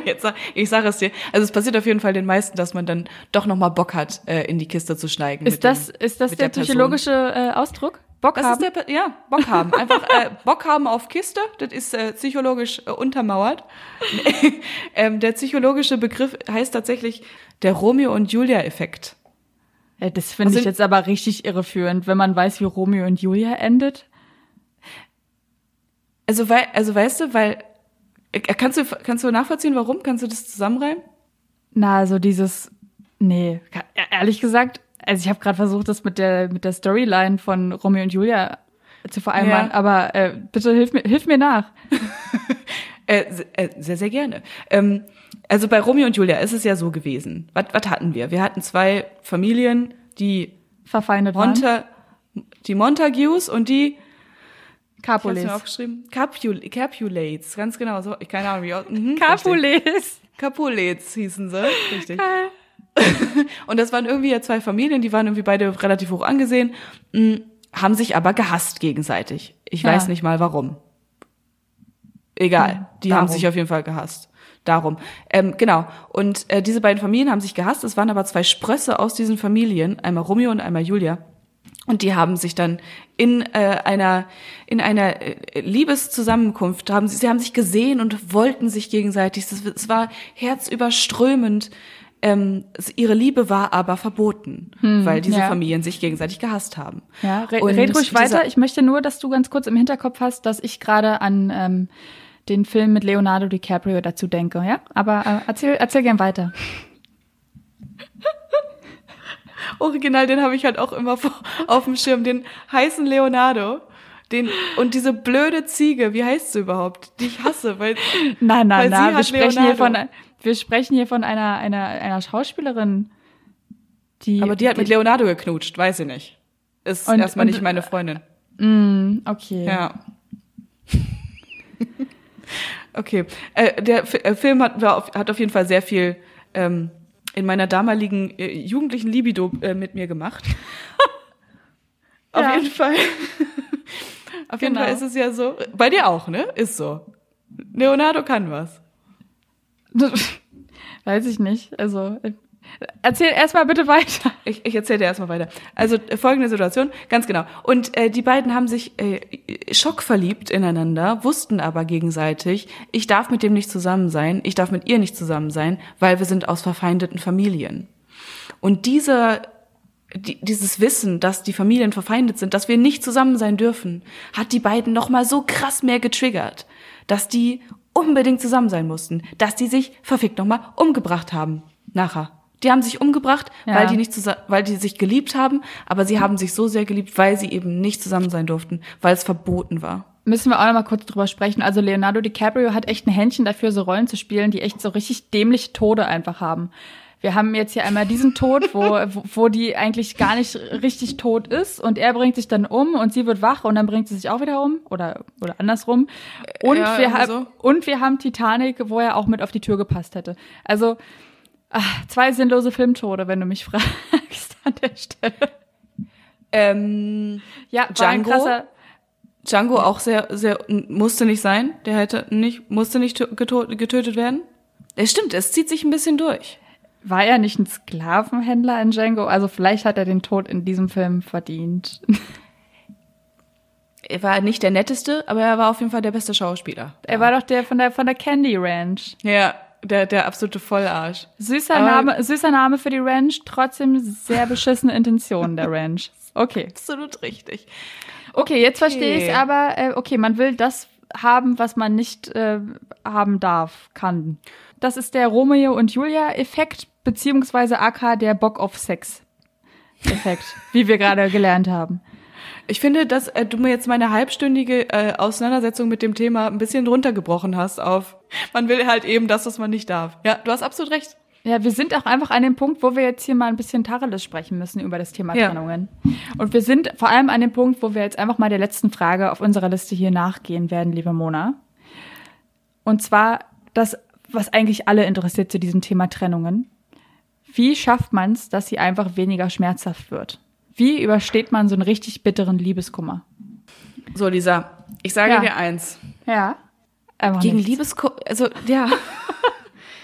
Ich sage es dir. Also es passiert auf jeden Fall den meisten, dass man dann doch noch mal Bock hat, in die Kiste zu steigen. Ist das der psychologische Ausdruck? Bock haben? Bock haben. Einfach Bock haben auf Kiste. Das ist psychologisch untermauert. Der psychologische Begriff heißt tatsächlich der Romeo und Julia-Effekt. Das finde ich jetzt aber richtig irreführend, wenn man weiß, wie Romeo und Julia endet. Also weißt du, weil kannst du nachvollziehen, warum? Kannst du das zusammenreimen? Ehrlich gesagt, also ich habe gerade versucht, das mit der Storyline von Romeo und Julia zu vereinbaren, aber bitte hilf mir nach. Sehr, sehr gerne. Also bei Romeo und Julia ist es ja so gewesen. Was hatten wir? Wir hatten zwei Familien, die verfeindet waren. Die Montagues und die Capulets. Ich hab's mir aufgeschrieben. Capulets, ganz genau so. Ich keine Ahnung, wie Capulets. Capulets hießen sie, richtig. Und das waren irgendwie ja zwei Familien, die waren irgendwie beide relativ hoch angesehen, haben sich aber gehasst gegenseitig. Ich weiß nicht mal warum. Egal, die haben sich auf jeden Fall gehasst. Darum. Genau. Und diese beiden Familien haben sich gehasst. Es waren aber zwei Sprösse aus diesen Familien, einmal Romeo und einmal Julia. Und die haben sich dann in einer Liebeszusammenkunft sie haben sich gesehen und wollten sich gegenseitig. Es war herzüberströmend. Ihre Liebe war aber verboten, weil diese Familien sich gegenseitig gehasst haben. Ja, red ruhig weiter. Ich möchte nur, dass du ganz kurz im Hinterkopf hast, dass ich gerade an den Film mit Leonardo DiCaprio dazu denke, ja? Aber erzähl gern weiter. Original, den habe ich halt auch immer auf dem Schirm, den heißen Leonardo. Und diese blöde Ziege, wie heißt sie überhaupt? Die ich hasse, weil wir sprechen hier von einer Schauspielerin, aber die hat mit Leonardo geknutscht, weiß ich nicht. Ist erstmal nicht meine Freundin. Okay. Ja. Okay. Der Film hat auf jeden Fall sehr viel in meiner damaligen jugendlichen Libido mit mir gemacht. Auf jeden Fall. Auf jeden Fall ist es ja so. Bei dir auch, ne? Ist so. Leonardo kann was. Weiß ich nicht. Also, erzähl erstmal bitte weiter. Ich erzähl dir erstmal weiter. Also, folgende Situation, ganz genau. Und die beiden haben sich schockverliebt ineinander, wussten aber gegenseitig, ich darf mit dem nicht zusammen sein, ich darf mit ihr nicht zusammen sein, weil wir sind aus verfeindeten Familien. Und dieses Wissen, dass die Familien verfeindet sind, dass wir nicht zusammen sein dürfen, hat die beiden noch mal so krass mehr getriggert, dass die unbedingt zusammen sein mussten, dass die sich verfickt noch mal umgebracht haben nachher. Die haben sich umgebracht, weil die sich geliebt haben, aber sie haben sich so sehr geliebt, weil sie eben nicht zusammen sein durften, weil es verboten war. Müssen wir auch noch mal kurz drüber sprechen. Also Leonardo DiCaprio hat echt ein Händchen dafür, so Rollen zu spielen, die echt so richtig dämliche Tode einfach haben. Wir haben jetzt hier einmal diesen Tod, wo die eigentlich gar nicht richtig tot ist und er bringt sich dann um und sie wird wach und dann bringt sie sich auch wieder um oder andersrum. Und wir haben Titanic, wo er auch mit auf die Tür gepasst hätte. Also zwei sinnlose Filmtode, wenn du mich fragst an der Stelle. Django auch sehr, sehr, musste nicht sein. Musste nicht getötet werden. Es stimmt, es zieht sich ein bisschen durch. War er nicht ein Sklavenhändler in Django? Also vielleicht hat er den Tod in diesem Film verdient. Er war nicht der netteste, aber er war auf jeden Fall der beste Schauspieler. Er war doch der von der Candy Ranch. Ja, der absolute Vollarsch. Süßer Name für die Ranch, trotzdem sehr beschissene Intentionen der Ranch. Okay. Absolut richtig. Okay, jetzt verstehe ich es, aber man will das haben, was man nicht haben kann. Das ist der Romeo und Julia-Effekt, beziehungsweise aka der Bock auf Sex-Effekt, wie wir gerade gelernt haben. Ich finde, dass du mir jetzt meine halbstündige Auseinandersetzung mit dem Thema ein bisschen runtergebrochen hast auf, man will halt eben das, was man nicht darf. Ja, du hast absolut recht. Ja, wir sind auch einfach an dem Punkt, wo wir jetzt hier mal ein bisschen Tacheles sprechen müssen über das Thema Trennungen. Und wir sind vor allem an dem Punkt, wo wir jetzt einfach mal der letzten Frage auf unserer Liste hier nachgehen werden, liebe Mona. Und zwar das, was eigentlich alle interessiert zu diesem Thema Trennungen. Wie schafft man es, dass sie einfach weniger schmerzhaft wird? Wie übersteht man so einen richtig bitteren Liebeskummer? So, Lisa, ich sage dir eins. Ja. Gegen Liebeskummer, also ja.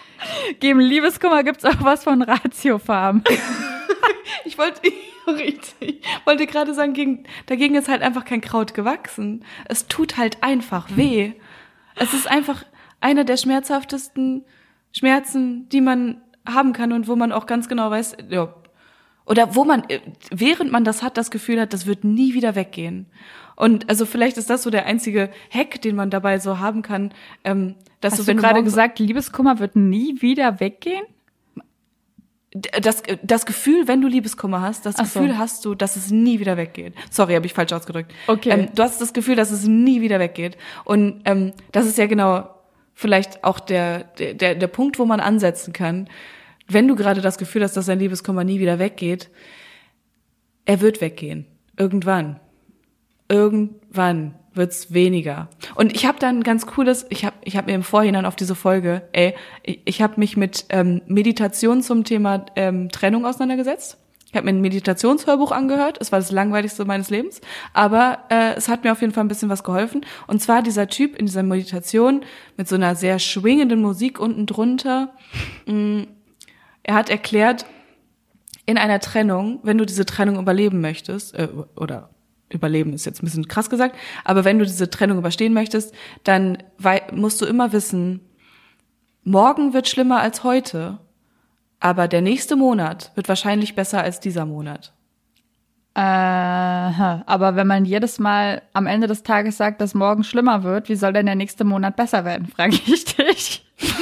Gegen Liebeskummer gibt's auch was von Ratiofarm. Ich wollte gerade sagen, dagegen ist halt einfach kein Kraut gewachsen. Es tut halt einfach weh. Es ist einfach einer der schmerzhaftesten Schmerzen, die man haben kann und wo man auch ganz genau weiß, ja, oder wo man, während man das hat, das Gefühl hat, das wird nie wieder weggehen. Und also vielleicht ist das so der einzige Hack, den man dabei so haben kann, dass Hast so, wenn du gerade gesagt, Liebeskummer wird nie wieder weggehen? das Gefühl, wenn du Liebeskummer hast, das Gefühl hast du, dass es nie wieder weggeht. Sorry, habe ich falsch ausgedrückt. Okay. Du hast das Gefühl, dass es nie wieder weggeht. Und das ist ja genau vielleicht auch der Punkt, wo man ansetzen kann. Wenn du gerade das Gefühl hast, dass dein Liebeskummer nie wieder weggeht, er wird weggehen. Irgendwann wird's weniger. Und ich habe dann ein ganz cooles, ich hab mir im Vorhinein auf diese Folge, ich habe mich mit Meditation zum Thema Trennung auseinandergesetzt. Ich habe mir ein Meditationshörbuch angehört. Es war das langweiligste meines Lebens, aber es hat mir auf jeden Fall ein bisschen was geholfen. Und zwar dieser Typ in dieser Meditation mit so einer sehr schwingenden Musik unten drunter. Er hat erklärt, in einer Trennung, wenn du diese Trennung überleben möchtest, oder überleben ist jetzt ein bisschen krass gesagt, aber wenn du diese Trennung überstehen möchtest, dann musst du immer wissen, morgen wird schlimmer als heute, aber der nächste Monat wird wahrscheinlich besser als dieser Monat. Aber wenn man jedes Mal am Ende des Tages sagt, dass morgen schlimmer wird, wie soll denn der nächste Monat besser werden, frage ich dich.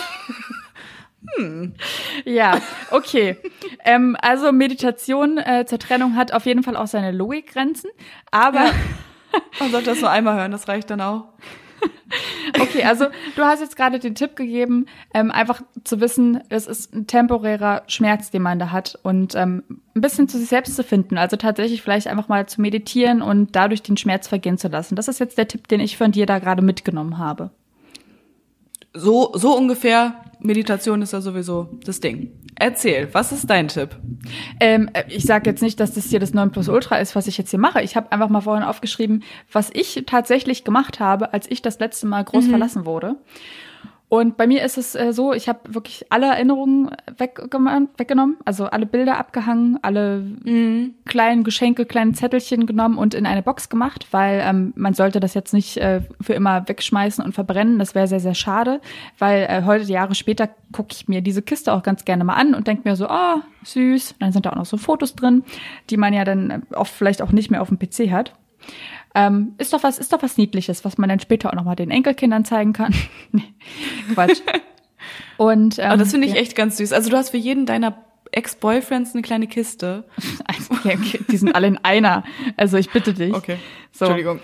Ja, okay. Also Meditation zur Trennung hat auf jeden Fall auch seine Logikgrenzen, aber... Ja. Man sollte das nur einmal hören, das reicht dann auch. Okay, also du hast jetzt gerade den Tipp gegeben, einfach zu wissen, es ist ein temporärer Schmerz, den man da hat und ein bisschen zu sich selbst zu finden, also tatsächlich vielleicht einfach mal zu meditieren und dadurch den Schmerz vergehen zu lassen. Das ist jetzt der Tipp, den ich von dir da gerade mitgenommen habe. So ungefähr, Meditation ist ja sowieso das Ding. Erzähl, was ist dein Tipp? Ich sage jetzt nicht, dass das hier das Nonplusultra ist, was ich jetzt hier mache. Ich habe einfach mal vorhin aufgeschrieben, was ich tatsächlich gemacht habe, als ich das letzte Mal groß verlassen wurde. Und bei mir ist es so, ich habe wirklich alle Erinnerungen weggenommen, also alle Bilder abgehangen, alle kleinen Geschenke, kleinen Zettelchen genommen und in eine Box gemacht, weil man sollte das jetzt nicht für immer wegschmeißen und verbrennen. Das wäre sehr, sehr schade, weil heute, Jahre später, gucke ich mir diese Kiste auch ganz gerne mal an und denke mir so, oh, süß. Dann sind da auch noch so Fotos drin, die man ja dann oft vielleicht auch nicht mehr auf dem PC hat. Ist doch was Niedliches, was man dann später auch nochmal den Enkelkindern zeigen kann. Quatsch. Und, aber das finde ich echt ganz süß. Also du hast für jeden deiner Ex-Boyfriends eine kleine Kiste. Okay, die sind alle in einer. Also ich bitte dich. Okay, so. Entschuldigung.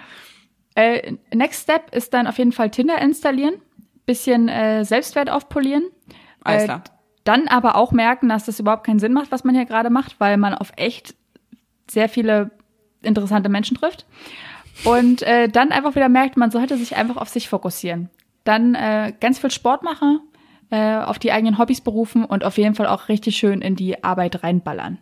Next Step ist dann auf jeden Fall Tinder installieren, bisschen Selbstwert aufpolieren. Alles klar. Dann aber auch merken, dass das überhaupt keinen Sinn macht, was man hier gerade macht, weil man auf echt sehr viele interessante Menschen trifft. Und dann einfach wieder merkt, man sollte sich einfach auf sich fokussieren. Dann ganz viel Sport machen, auf die eigenen Hobbys berufen und auf jeden Fall auch richtig schön in die Arbeit reinballern.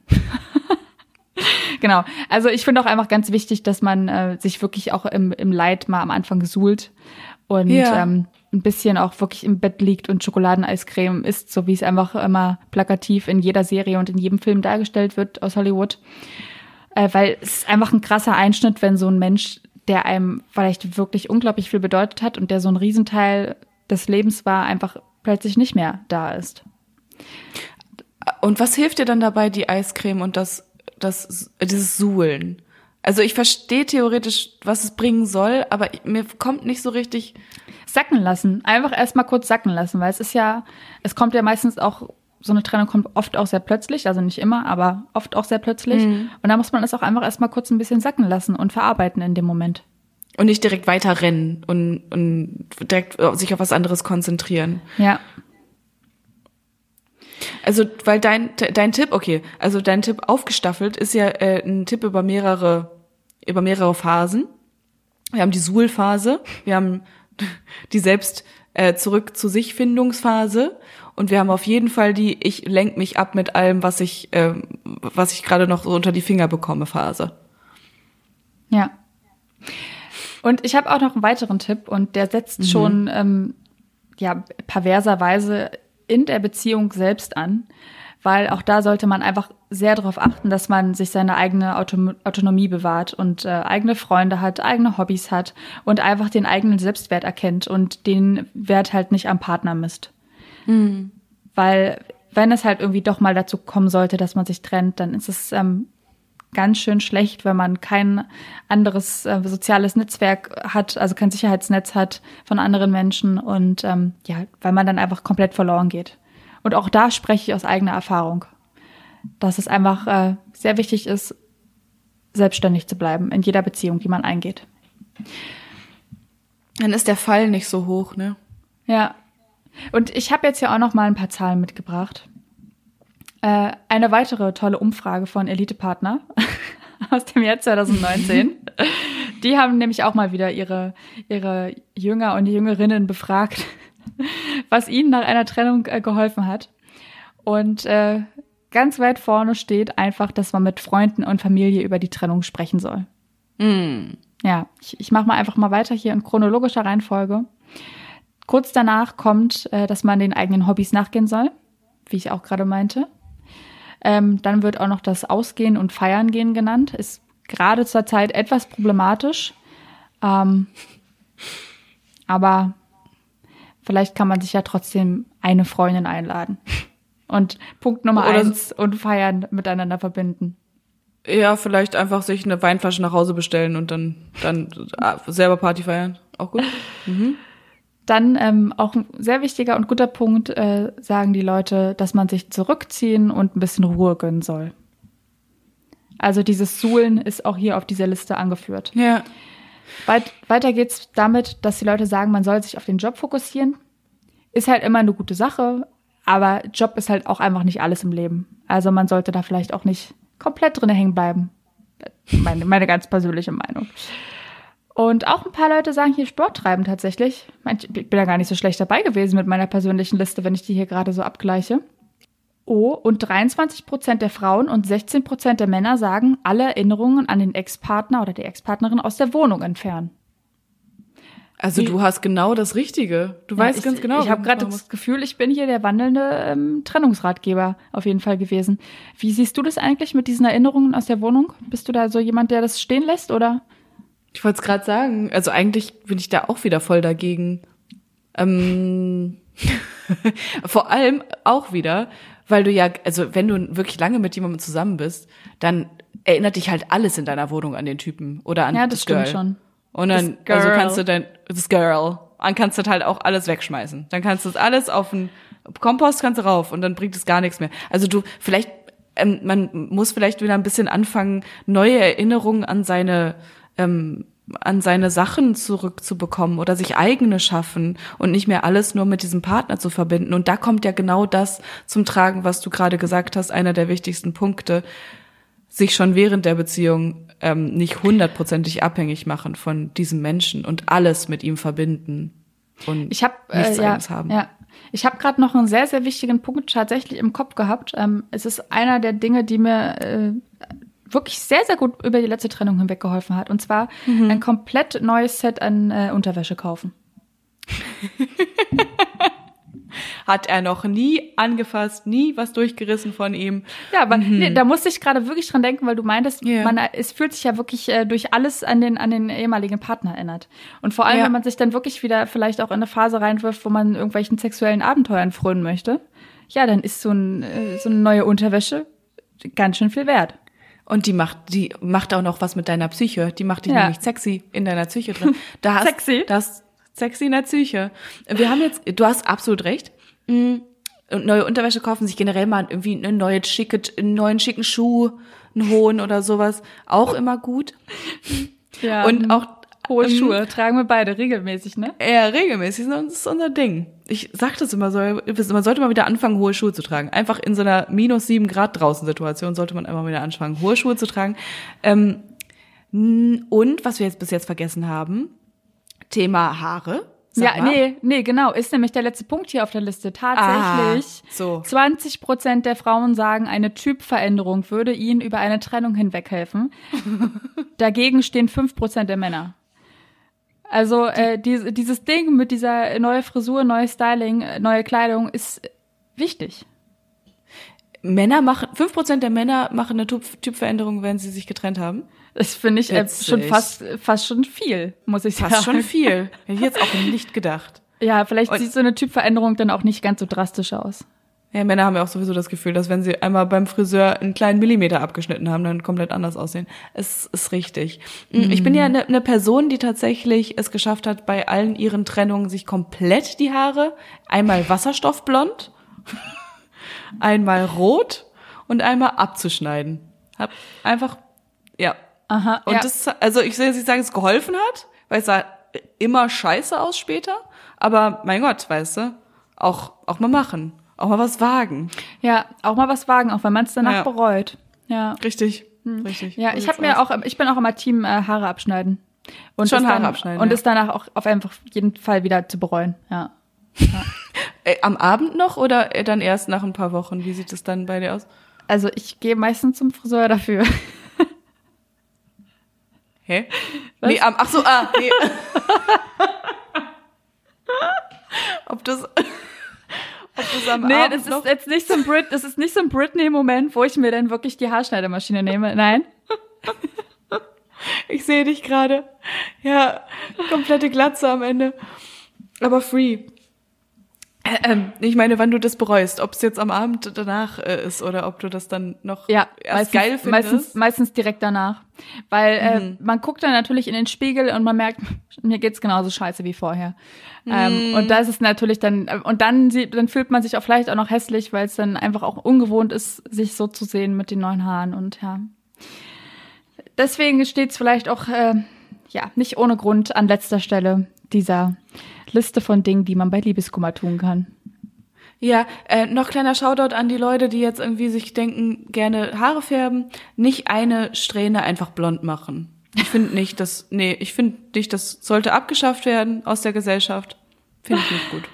Genau. Also ich finde auch einfach ganz wichtig, dass man sich wirklich auch im Leid mal am Anfang suhlt und ein bisschen auch wirklich im Bett liegt und Schokoladeneiscreme isst, so wie es einfach immer plakativ in jeder Serie und in jedem Film dargestellt wird aus Hollywood. Weil es ist einfach ein krasser Einschnitt, wenn so ein Mensch, der einem vielleicht wirklich unglaublich viel bedeutet hat und der so ein Riesenteil des Lebens war, einfach plötzlich nicht mehr da ist. Und was hilft dir dann dabei, die Eiscreme und dieses Suhlen? Also ich verstehe theoretisch, was es bringen soll, aber mir kommt nicht so richtig... Sacken lassen. Einfach erstmal kurz sacken lassen, weil es kommt ja meistens auch, so eine Trennung kommt oft auch sehr plötzlich, also nicht immer, aber oft auch sehr plötzlich. Und da muss man es auch einfach erstmal kurz ein bisschen sacken lassen und verarbeiten in dem Moment. Und nicht direkt weiterrennen und direkt sich auf was anderes konzentrieren. Ja. Also, weil dein Tipp, okay, also dein Tipp aufgestaffelt ist ja ein Tipp über mehrere Phasen. Wir haben die Suhl-Phase, wir haben die selbst zurück zu sich Findungsphase und wir haben auf jeden Fall die ich lenk mich ab mit allem, was ich gerade noch so unter die Finger bekomme Phase. Ja. Und ich habe auch noch einen weiteren Tipp und der setzt schon perverserweise in der Beziehung selbst an, weil auch da sollte man einfach sehr darauf achten, dass man sich seine eigene Autonomie bewahrt und eigene Freunde hat, eigene Hobbys hat und einfach den eigenen Selbstwert erkennt und den Wert halt nicht am Partner misst. Weil wenn es halt irgendwie doch mal dazu kommen sollte, dass man sich trennt, dann ist es ganz schön schlecht, wenn man kein anderes soziales Netzwerk hat, also kein Sicherheitsnetz hat von anderen Menschen und weil man dann einfach komplett verloren geht. Und auch da spreche ich aus eigener Erfahrung, dass es einfach sehr wichtig ist, selbstständig zu bleiben in jeder Beziehung, die man eingeht. Dann ist der Fall nicht so hoch, ne? Ja. Und ich habe jetzt hier auch noch mal ein paar Zahlen mitgebracht. Eine weitere tolle Umfrage von Elite-Partner aus dem Jahr 2019. Die haben nämlich auch mal wieder ihre Jünger und Jüngerinnen befragt, was ihnen nach einer Trennung geholfen hat. Und ganz weit vorne steht einfach, dass man mit Freunden und Familie über die Trennung sprechen soll. Ja, ich mache mal einfach mal weiter hier in chronologischer Reihenfolge. Kurz danach kommt, dass man den eigenen Hobbys nachgehen soll, wie ich auch gerade meinte. Dann wird auch noch das Ausgehen und Feiern gehen genannt. Ist gerade zur Zeit etwas problematisch. Aber vielleicht kann man sich ja trotzdem eine Freundin einladen. Und Punkt Nummer 1 und Feiern miteinander verbinden. Ja, vielleicht einfach sich eine Weinflasche nach Hause bestellen und dann selber Party feiern. Auch gut. Dann auch ein sehr wichtiger und guter Punkt, sagen die Leute, dass man sich zurückziehen und ein bisschen Ruhe gönnen soll. Also dieses Suhlen ist auch hier auf dieser Liste angeführt. Ja. Weiter geht's damit, dass die Leute sagen, man soll sich auf den Job fokussieren. Ist halt immer eine gute Sache, aber Job ist halt auch einfach nicht alles im Leben. Also man sollte da vielleicht auch nicht komplett drin hängen bleiben. Meine ganz persönliche Meinung. Und auch ein paar Leute sagen hier Sport treiben tatsächlich. Ich bin da gar nicht so schlecht dabei gewesen mit meiner persönlichen Liste, wenn ich die hier gerade so abgleiche. Oh, und 23% der Frauen und 16% der Männer sagen, alle Erinnerungen an den Ex-Partner oder die Ex-Partnerin aus der Wohnung entfernen. Also du hast genau das Richtige. Du weißt ganz genau. Ich habe gerade das Gefühl, ich bin hier der wandelnde Trennungsratgeber auf jeden Fall gewesen. Wie siehst du das eigentlich mit diesen Erinnerungen aus der Wohnung? Bist du da so jemand, der das stehen lässt, oder? Ich wollte es gerade sagen. Also eigentlich bin ich da auch wieder voll dagegen. Vor allem auch wieder, weil du ja, also wenn du wirklich lange mit jemandem zusammen bist, dann erinnert dich halt alles in deiner Wohnung an den Typen oder an das Girl. Ja, das stimmt schon. Und dann also kannst du das Girl, dann kannst du halt auch alles wegschmeißen. Dann kannst du das alles auf den Kompost kannst du rauf und dann bringt es gar nichts mehr. Also man muss vielleicht wieder ein bisschen anfangen, neue Erinnerungen an seine Sachen zurückzubekommen oder sich eigene schaffen und nicht mehr alles nur mit diesem Partner zu verbinden. Und da kommt ja genau das zum Tragen, was du gerade gesagt hast, einer der wichtigsten Punkte, sich schon während der Beziehung nicht 100% abhängig machen von diesem Menschen und alles mit ihm verbinden und nichts eigenes haben. Ja. Ich habe gerade noch einen sehr, sehr wichtigen Punkt tatsächlich im Kopf gehabt. Es ist einer der Dinge, die mir wirklich sehr, sehr gut über die letzte Trennung hinweg geholfen hat. Und zwar ein komplett neues Set an Unterwäsche kaufen. Hat er noch nie angefasst, nie was durchgerissen von ihm. Ja, aber da musste ich gerade wirklich dran denken, weil du meintest, es fühlt sich ja wirklich durch alles an den ehemaligen Partner erinnert. Und vor allem, wenn man sich dann wirklich wieder vielleicht auch in eine Phase reinwirft, wo man irgendwelchen sexuellen Abenteuern frönen möchte, ja, dann ist so eine neue Unterwäsche ganz schön viel wert. Und die macht auch noch was mit deiner Psyche. Die macht dich nämlich sexy in deiner Psyche drin. Sexy? Das sexy in der Psyche. Du hast absolut recht. Und neue Unterwäsche kaufen, sich generell mal irgendwie einen neuen schicken Schuh, einen hohen oder sowas. Auch immer gut. Ja. Und auch hohe Schuhe tragen wir beide regelmäßig, ne? Ja, regelmäßig. Das ist unser Ding. Ich sag das immer so, man sollte mal wieder anfangen, hohe Schuhe zu tragen. Einfach in so einer -7 Grad draußen Situation sollte man einfach wieder anfangen, hohe Schuhe zu tragen. Und was wir bis jetzt vergessen haben, Thema Haare. Nee, genau. Ist nämlich der letzte Punkt hier auf der Liste. Tatsächlich. 20% der Frauen sagen, eine Typveränderung würde ihnen über eine Trennung hinweg helfen. Dagegen stehen 5% der Männer. Also dieses Ding mit dieser neue Frisur, neues Styling, neue Kleidung ist wichtig. 5% der Männer machen eine Typveränderung, wenn sie sich getrennt haben. Das finde ich schon fast schon viel, muss ich sagen. Fast schon viel. Hätte ich jetzt auch nicht gedacht. Ja, vielleicht sieht so eine Typveränderung dann auch nicht ganz so drastisch aus. Ja, Männer haben ja auch sowieso das Gefühl, dass wenn sie einmal beim Friseur einen kleinen Millimeter abgeschnitten haben, dann komplett anders aussehen. Es ist richtig. Ich bin ja eine Person, die tatsächlich es geschafft hat, bei allen ihren Trennungen sich komplett die Haare, einmal wasserstoffblond, einmal rot und einmal abzuschneiden. Hab einfach, ja. Aha, und ja. das, also ich will jetzt nicht sagen, es geholfen hat, weil es sah immer scheiße aus später, aber mein Gott, weißt du, auch mal machen. Auch mal was wagen. Ja, auch mal was wagen, auch wenn man es danach bereut. Ja. Richtig, richtig. Ja, ich bin auch immer Team Haare abschneiden. Und schon Haare abschneiden. Und es danach auch auf einfach jeden Fall wieder zu bereuen. Ja. Am Abend noch oder dann erst nach ein paar Wochen? Wie sieht es dann bei dir aus? Also ich gehe meistens zum Friseur dafür. Hä? Nee, nee. Ob das am Abend das ist jetzt nicht so ein Britney-Moment, wo ich mir dann wirklich die Haarschneidemaschine nehme. Nein. Ich sehe dich gerade. Ja, komplette Glatze am Ende. Aber free. Ich meine, wann du das bereust, ob es jetzt am Abend danach ist oder ob du das dann noch erst geil findest. Meistens direkt danach. Weil man guckt dann natürlich in den Spiegel und man merkt, mir geht's genauso scheiße wie vorher. Und da ist es natürlich dann, und dann fühlt man sich auch vielleicht auch noch hässlich, weil es dann einfach auch ungewohnt ist, sich so zu sehen mit den neuen Haaren und ja. Deswegen steht's vielleicht auch, nicht ohne Grund an letzter Stelle dieser Liste von Dingen, die man bei Liebeskummer tun kann. Ja, noch kleiner Shoutout an die Leute, die jetzt irgendwie sich denken, gerne Haare färben, nicht eine Strähne einfach blond machen. Ich finde nicht, das sollte abgeschafft werden aus der Gesellschaft. Finde ich nicht gut.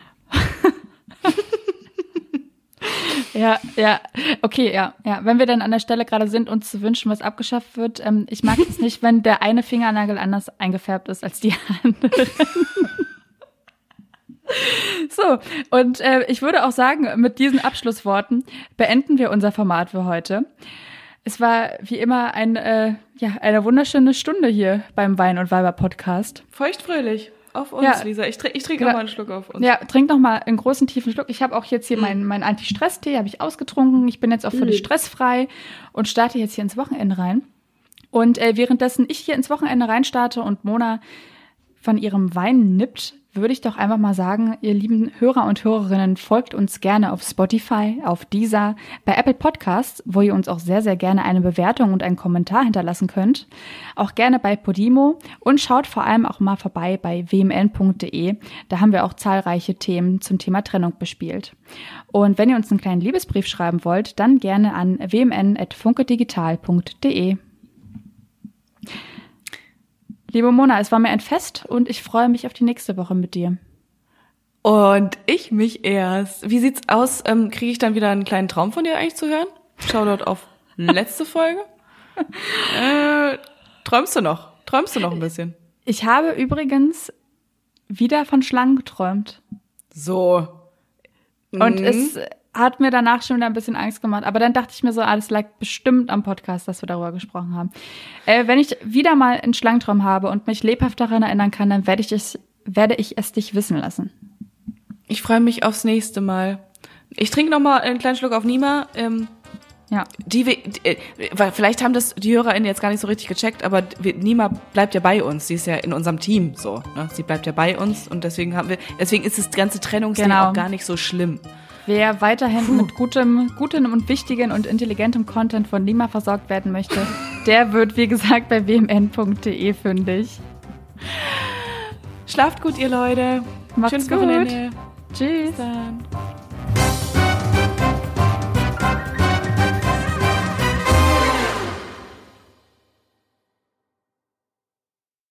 Ja, okay, ja. Wenn wir dann an der Stelle gerade sind, uns zu wünschen, was abgeschafft wird, ich mag es nicht, wenn der eine Fingernagel anders eingefärbt ist als die andere. So, und ich würde auch sagen, mit diesen Abschlussworten beenden wir unser Format für heute. Es war wie immer eine wunderschöne Stunde hier beim Wein und Weiber Podcast. Feuchtfröhlich. Auf uns, Lisa. Ich trinke noch mal einen Schluck auf uns. Ja, trink noch mal einen großen, tiefen Schluck. Ich habe auch jetzt hier meinen Anti-Stress-Tee, habe ich ausgetrunken. Ich bin jetzt auch völlig stressfrei und starte jetzt hier ins Wochenende rein. Und währenddessen ich hier ins Wochenende reinstarte und Mona von ihrem Wein nippt, würde ich doch einfach mal sagen, ihr lieben Hörer und Hörerinnen, folgt uns gerne auf Spotify, auf Deezer, bei Apple Podcasts, wo ihr uns auch sehr, sehr gerne eine Bewertung und einen Kommentar hinterlassen könnt. Auch gerne bei Podimo und schaut vor allem auch mal vorbei bei wmn.de. Da haben wir auch zahlreiche Themen zum Thema Trennung bespielt. Und wenn ihr uns einen kleinen Liebesbrief schreiben wollt, dann gerne an wmn@funkedigital.de. Liebe Mona, es war mir ein Fest und ich freue mich auf die nächste Woche mit dir. Und ich mich erst. Wie sieht's aus? Kriege ich dann wieder einen kleinen Traum von dir eigentlich zu hören? Shoutout auf letzte Folge. Träumst du noch ein bisschen? Ich habe übrigens wieder von Schlangen geträumt. So. Und es hat mir danach schon wieder ein bisschen Angst gemacht. Aber dann dachte ich mir so, das lag bestimmt am Podcast, dass wir darüber gesprochen haben. Wenn ich wieder mal einen Schlangentraum habe und mich lebhaft daran erinnern kann, dann werde ich es dich wissen lassen. Ich freue mich aufs nächste Mal. Ich trinke noch mal einen kleinen Schluck auf Nima. Ja. Weil vielleicht haben das die HörerInnen jetzt gar nicht so richtig gecheckt, aber Nima bleibt ja bei uns. Sie ist ja in unserem Team so. Ne? Sie bleibt ja bei uns und deswegen ist das ganze Trennungsding auch gar nicht so schlimm. Wer weiterhin mit gutem und wichtigen und intelligentem Content von Nima versorgt werden möchte, der wird, wie gesagt, bei wmn.de fündig. Schlaft gut, ihr Leute. Macht's Schönes gut. Wochenende. Tschüss. Bis dann.